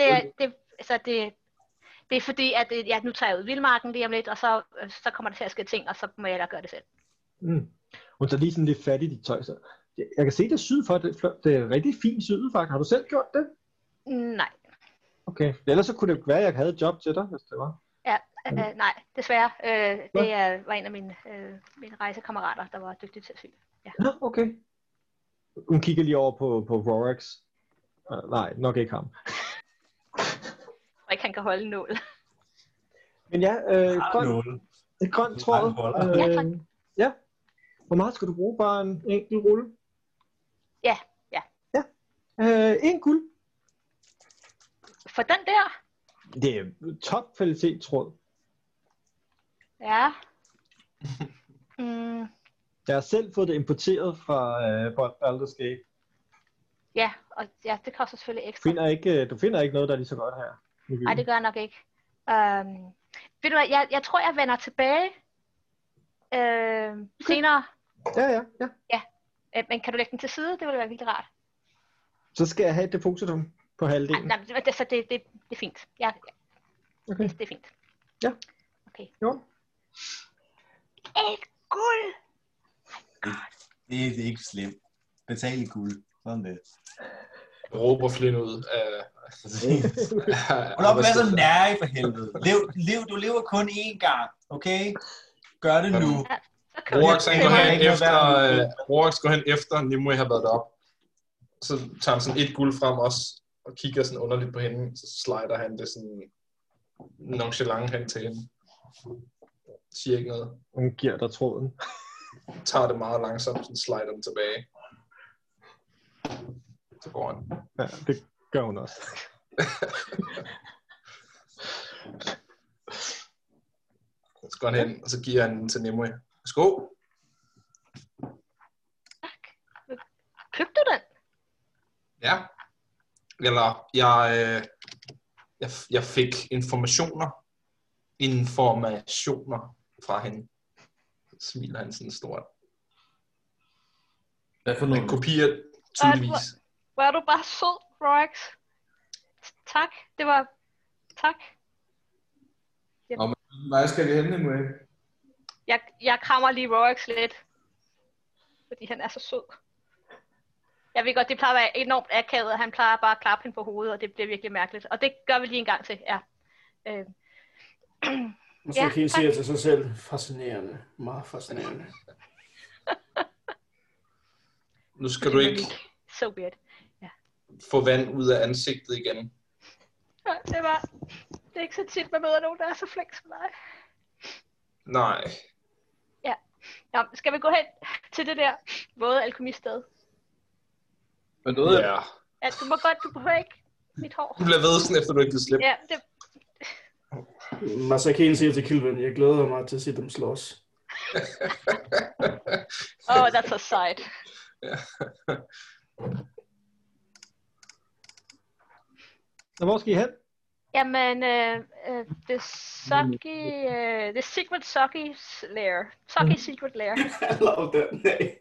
Det er fordi, at nu tager jeg ud vildmarken lige om lidt, og så kommer der til at ske ting, og så må jeg da gøre det selv. Hun tager lige sådan lidt fat i dit tøj. Så. Jeg kan se det syd for, det er rigtig fint syet faktisk. Har du selv gjort det? Nej. Okay, ellers så kunne det være, at jeg havde et job til dig, hvis det var. Ja, nej, desværre. Det var en af mine rejsekammerater, der var dygtig til at sy. Ja. Nå, okay. Hun kigger lige over på Rorax. Nej, nok ikke ham. Og ikke han kan holde en nål. Men ja, et grønt tråd. Ja. Hvor meget skal du bruge? Bare en enkelt rulle? Ja. En guld. For den der? Det er top kvalitet tråd. Ja. Jeg har selv fået det importeret fra Baldur's Gate. Ja, og det koster selvfølgelig ekstra. Du finder ikke noget, der er lige så godt her. Nej, det gør jeg nok ikke. Ved du hvad, jeg tror, jeg vender tilbage senere. Ja. Men kan du lægge den til side? Det ville være virkelig rart. Så skal jeg have et depositum på halvdelen. Nej, det er fint. Ja. Okay. Det er fint. Ja. Okay. Jo. Et guld! Det er ikke slemt. Betal i guld. Sådan det. Råber Flynn ud af... Hold op, hvad så nær for helvede. Du lever kun én gang, okay? Gør det nu. Rorax går hen efter Nimue har været deroppe. Så tager han sådan et guld frem også, og kigger sådan underligt på hende. Så slider han det sådan nonchalant hen til hende. Siger ikke noget. Hun giver dig tråden. Tager det meget langsomt, så slider den tilbage. Så går han. Ja, det gør hun også. Så går han hen, og så giver han den til Nimue. Værsgo. Tak. Købte du den? Ja. Eller, jeg fik informationer fra hende. Så smiler han sådan stort. Hvad for noget? En kopi af tydeligvis. Hvor er du bare sød, Rorax. Tak. Det var... Tak. Hvad skal vi hente med? Jeg krammer lige Rorax lidt. Fordi han er så sød. Jeg ved godt, det plejer at være enormt akavet, han plejer bare at klappe hende på hovedet, og det bliver virkelig mærkeligt. Og det gør vi lige en gang til, ja. Så kan I sige til sig selv, fascinerende. Meget fascinerende. Nu skal du ikke so weird. Ja. Få vand ud af ansigtet igen. Ja, det er ikke så tit, man møder nogen, der er så flink som dig. Nej. Ja. Nå, skal vi gå hen til det der våde alkemiststed? Men noget ja. Ja, du behøver ikke mit hår. Du bliver ved sådan, efter du ikke kan slippe. Ja, det... Masakane siger til Kilvin, jeg glæder mig til at se dem slås. Oh, that's a sight. Så hvor skal I hen? Jamen, the secret Soggy's lair. Soggy secret lair. I love that name.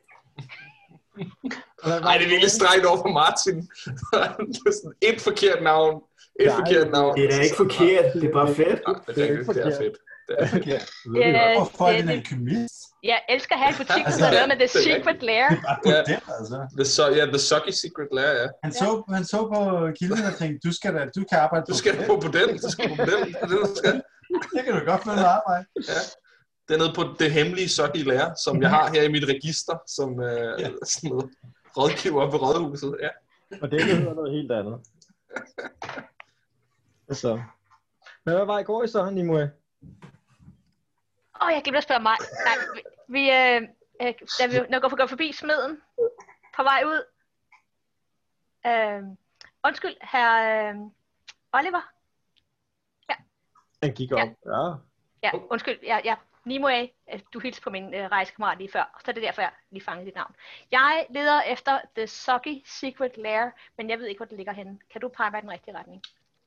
Ej, det er virkelig strengt over for Martin. Det er sådan et forkert navn. Et forkert navn. Det er da ikke forkert, det er bare fedt. Det er fedt. Det er forkert. Hvorfor er det en alkymist? Jeg elsker at have en butik, der hedder med The Secret Lair. The Soggy Secret Lair, ja. Han så på kilden og tænkte, du kan arbejde Du skal på den. Det kan du godt finde arbejde. Ja. Det er nede på det hemmelige Soggy Lair, som jeg har her i mit register, som sådan noget rådgiver på rådhuset. Ja. Og det hedder noget helt andet. Så. Men hvad vej går I så, Nimue? Jeg glemte at spørge mig. Nej, da vi går forbi smeden på vej ud. Undskyld, herr Oliver. Ja. Han gik op. Ja, undskyld. Nimue, du hilste på min rejsekammerat lige før, så det er derfor, jeg lige fangede dit navn. Jeg leder efter The Soggy Secret Lair, men jeg ved ikke, hvor det ligger henne. Kan du pege mig i den rigtige retning?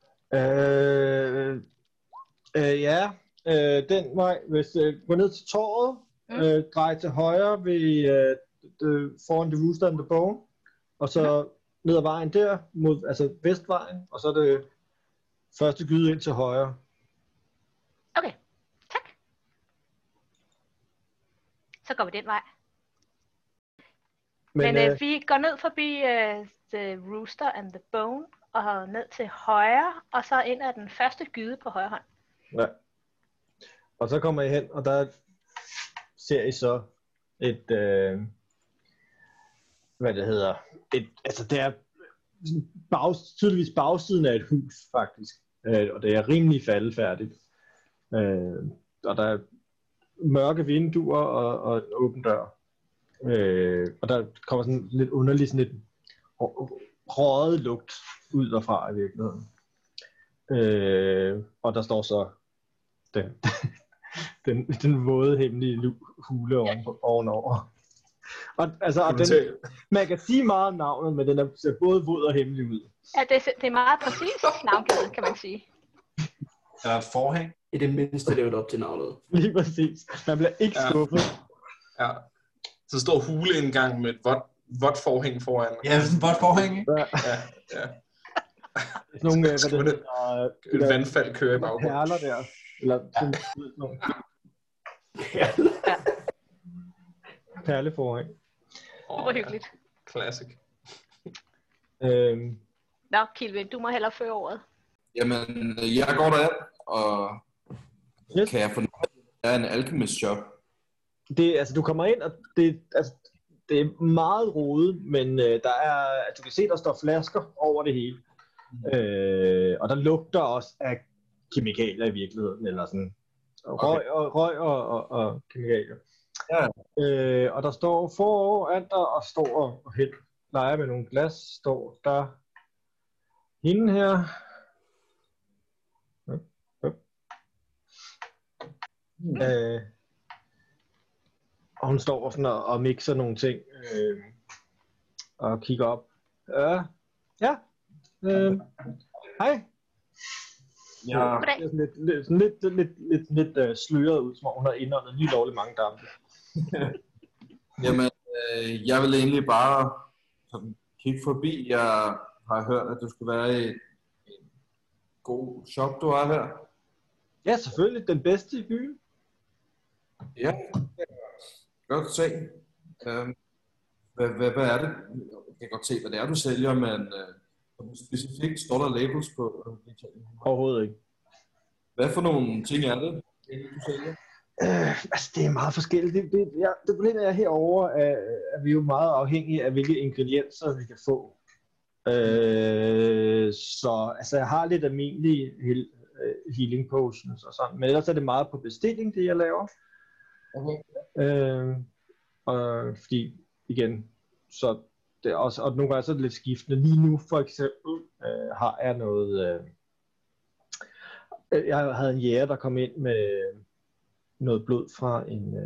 Ja. Den vej, hvis gå ned til torvet, drej til højre ved foran The Rooster and the Bone, og så ned ad vejen der, mod, altså vestvejen, og så er det første gyde ind til højre. Okay, tak. Så går vi den vej. Men vi går ned forbi The Rooster and the Bone, og ned til højre, og så ind ad den første gyde på højre hånd. Ja. Og så kommer I hen, og der ser I så et, hvad det hedder, altså det er tydeligvis bagsiden af et hus, faktisk. Og det er rimelig faldefærdigt. Og der er mørke vinduer og en åben dør. Og der kommer sådan lidt underlig, sådan lidt røget lugt ud derfra i virkeligheden. Og der står så den våde hemmelige hule ovenover. Og man kan sige meget om navnet, men den ser både våd og hemmelig ud. Ja, det er meget præcis navngivet, kan man sige. Der er et forhæng. I det mindste levet op til navnet. Lige præcis. Man bliver ikke skuffet. Ja. Så står huleindgang med et vådt forhæng foran. Ja, sådan et vådt forhæng, ikke? Ja. Nogle et vandfald kører i baggrunden. Perler der. Eller sådan nogle perleforhæng. Hvor hyggeligt. Classic. Nå, Kilvin, du må hellere føre ordet. Jamen, jeg går derind, og kan jeg få noget? Der er en alchemist shop. Du kommer ind, og det er meget rodet, men der er, du kan se, der står flasker over det hele. Og der lugter også af kemikalier i virkeligheden, eller sådan røg og kemikalier. Ja. Og der står foran der, og står og leger med nogle glas, står der hende her. Og hun står sådan og mixer nogle ting og kigger op. Hej. Ja. Lidt sløret ud, som om hun har indåndet lige lovligt mange dampe. Jamen, jeg vil egentlig bare kigge forbi. Jeg har hørt, at du skal være i en god shop, du har her. Ja, selvfølgelig. Den bedste i byen. Ja, godt se. Hvad er det? Jeg kan godt se, hvad det er, du sælger, men specifikt står der labels på. Overhovedet ikke. Hvad for nogle ting er det, du sælger? Det er meget forskelligt. Det problemet er herovre, at vi er jo meget afhængige af, hvilke ingredienser vi kan få. Så jeg har lidt almindelige healing potions og sådan, men ellers er det meget på bestilling, det jeg laver. Okay. Og fordi, igen, så det er også, og nogle gange så er det lidt skiftende. Lige nu for eksempel har jeg noget Jeg havde en jæger, der kom ind med noget blod fra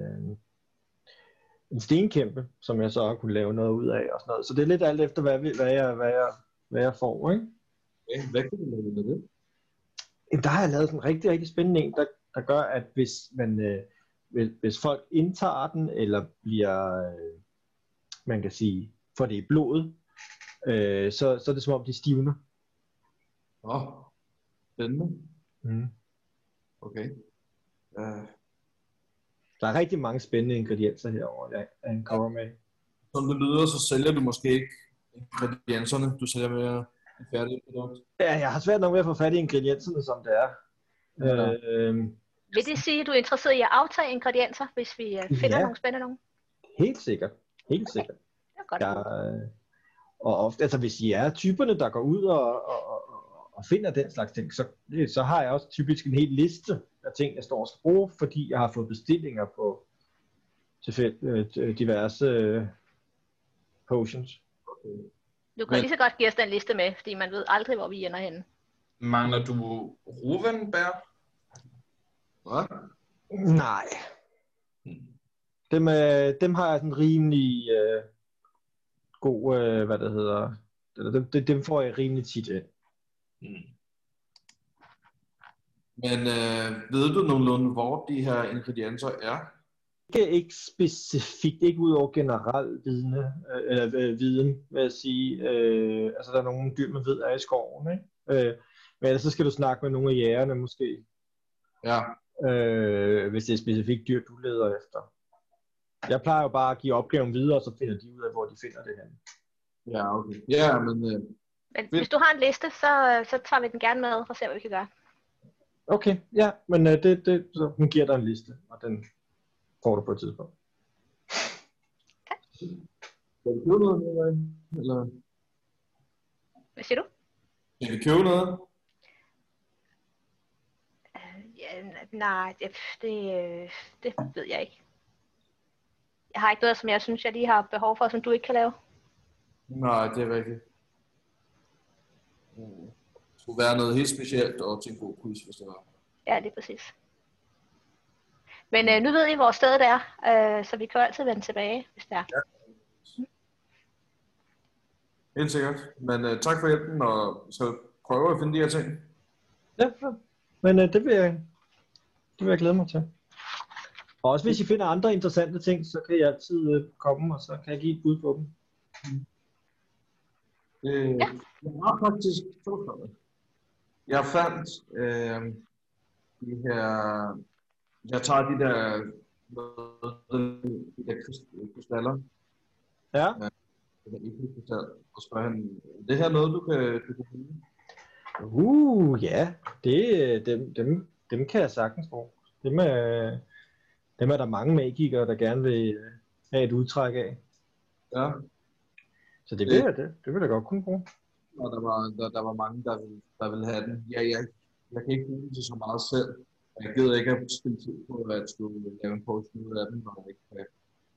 en stenkæmpe, som jeg så kunne lave noget ud af og sådan noget. Så det er lidt alt efter, hvad jeg får, ikke? Ja, hvad kan du lave med det? Der har jeg lavet sådan en rigtig, rigtig spændende en, der gør, at hvis folk indtager den, eller bliver, man kan sige, får det i blodet, så er det som om, de stivner. Spændende. Mm. Okay. Der er rigtig mange spændende ingredienser herovre, jeg kommer med. Som det lyder, så sælger du måske ikke ingredienserne, du sælger mere en færdig produkt. Ja, jeg har svært nok ved at få fat i ingredienserne, som det er. Vil det sige, at du er interesseret i at aftage ingredienser, hvis vi finder nogle spændende nogen? Helt sikkert. Helt sikkert. Det er godt. Og ofte, altså hvis I er typerne, der går ud og finder den slags ting, så har jeg også typisk en hel liste af ting, jeg står og skal bruge, fordi jeg har fået bestillinger på diverse potions. Du kan lige så godt give os den liste med, fordi man ved aldrig, hvor vi ender henne. Mangler du rovenbær? Hvad? Nej. Dem har jeg sådan rimelig god, dem får jeg rimelig tit ind. Men ved du nogenlunde, hvor de her ingredienser er? Ikke specifikt, ikke ud over generel viden, vil jeg sige. Altså der er nogle dyr, man ved er i skoven, ikke? Men ellers så skal du snakke med nogle af jægerne måske. Ja. Hvis det er specifikt dyr, du leder efter. Jeg plejer jo bare at give opgaven videre, og så finder de ud af, hvor de finder det hen. Ja, okay. Ja, men hvis du har en liste, så tager vi den gerne med og ser, hvad vi kan gøre. Okay, ja, men så hun giver dig en liste, og den får du på et tidspunkt. Okay. Skal vi købe noget? Eller? Hvad siger du? Skal vi købe noget? Nej, det ved jeg ikke. Jeg har ikke noget, som jeg synes, jeg lige har behov for, som du ikke kan lave. Nej, det er rigtigt. Det skulle være noget helt specielt og til en god quiz, hvis det var. Ja, det er præcis. Men nu ved I, hvor stedet er, så vi kan altid vende tilbage, hvis det er. Ja. Helt sikkert. Men tak for hjælpen, og så prøver at finde de her ting. Ja, men det vil jeg glæde mig til. Og også hvis I finder andre interessante ting, så kan I altid komme, og så kan jeg give et bud på dem. Jeg har faktisk jeg fandt de her, jeg tager de der krystaller. Ja. Og spørger han, det her noget, du kan finde? Ja, dem kan jeg sagtens få. Dem er der mange magikere, der gerne vil have et udtræk af. Ja. Så det vil jeg godt kunne bruge. Og der var mange, der ville have den. Jeg kan ikke bruge den til så meget selv. Jeg gider ikke at spille tid på, at skulle lave en potion ud af den, når jeg ikke kan.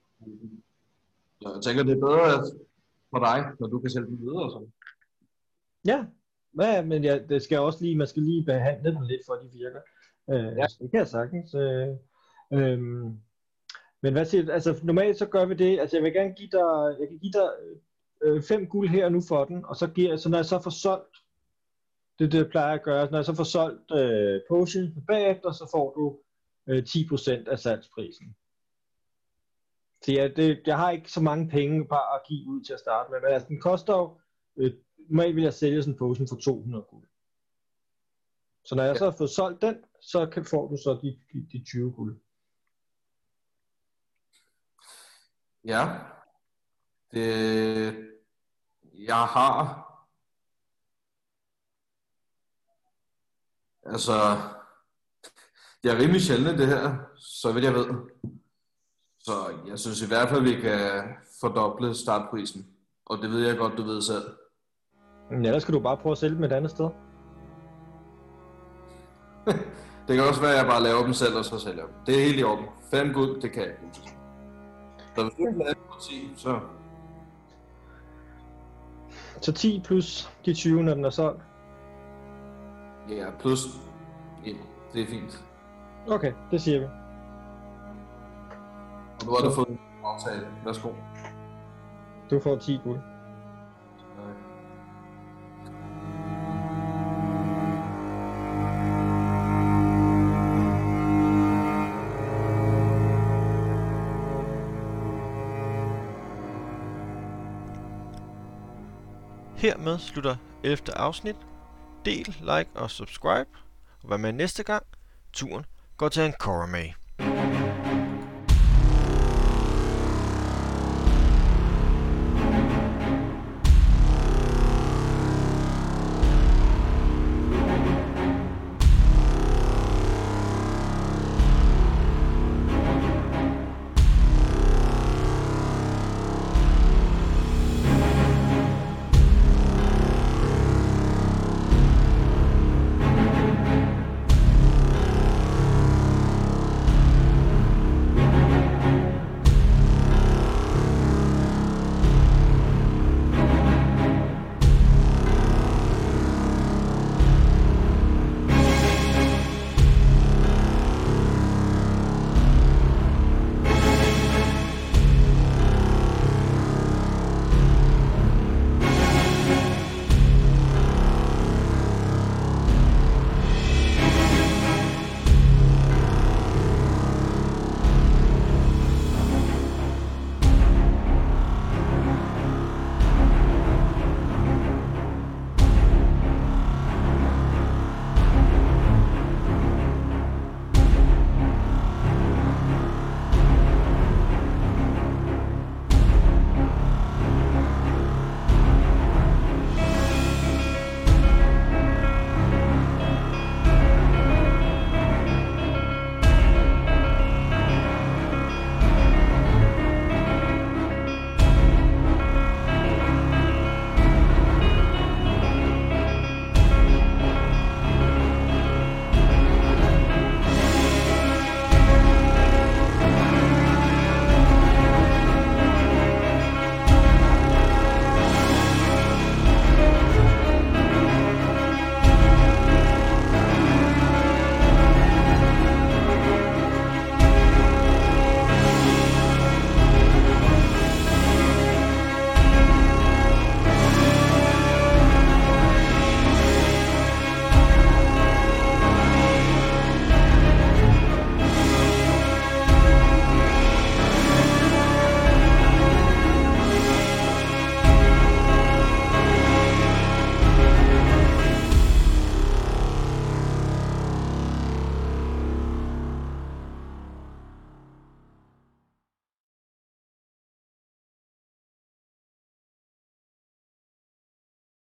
Så jeg tænker, det er bedre for dig, når du kan sælge den videre. Så. Ja, men det skal også lige, man skal lige behandle den lidt, for at de virker. Ja. Det kan jeg sagtens. Men hvad siger du? Altså normalt så gør vi det, altså jeg vil gerne give dig 5 guld her nu for den, og så når jeg så får solgt, det jeg plejer at gøre, når jeg så får solgt potion bagefter, så får du 10% af salgsprisen. Så jeg har ikke så mange penge bare at give ud til at starte med, men altså den koster jo, normalt vil jeg sælge sådan en potion for 200 guld. Så når jeg så har fået solgt den, så får du så de 20 guld. Ja. Jeg har... Altså... Det er rimelig sjældent det her, så vidt jeg ved. Så jeg synes i hvert fald, vi kan fordoble startprisen. Og det ved jeg godt, du ved selv. Ja, der skal du bare prøve at sælge dem et andet sted. Det kan også være, at jeg bare laver dem selv, og så sælger dem. Det er helt i orden. 5 guld, det kan jeg bruge til. Så hvis du kan lave 10, så... Så 10 plus de 20, når den er solgt? Ja, plus 1. Det er fint. Okay, det siger vi. Og nu har du fået en aftale. Værsgo. Du får 10 guld. Hermed slutter 11. afsnit. Del, like og subscribe. Og vær med næste gang. Turen går til Ankara.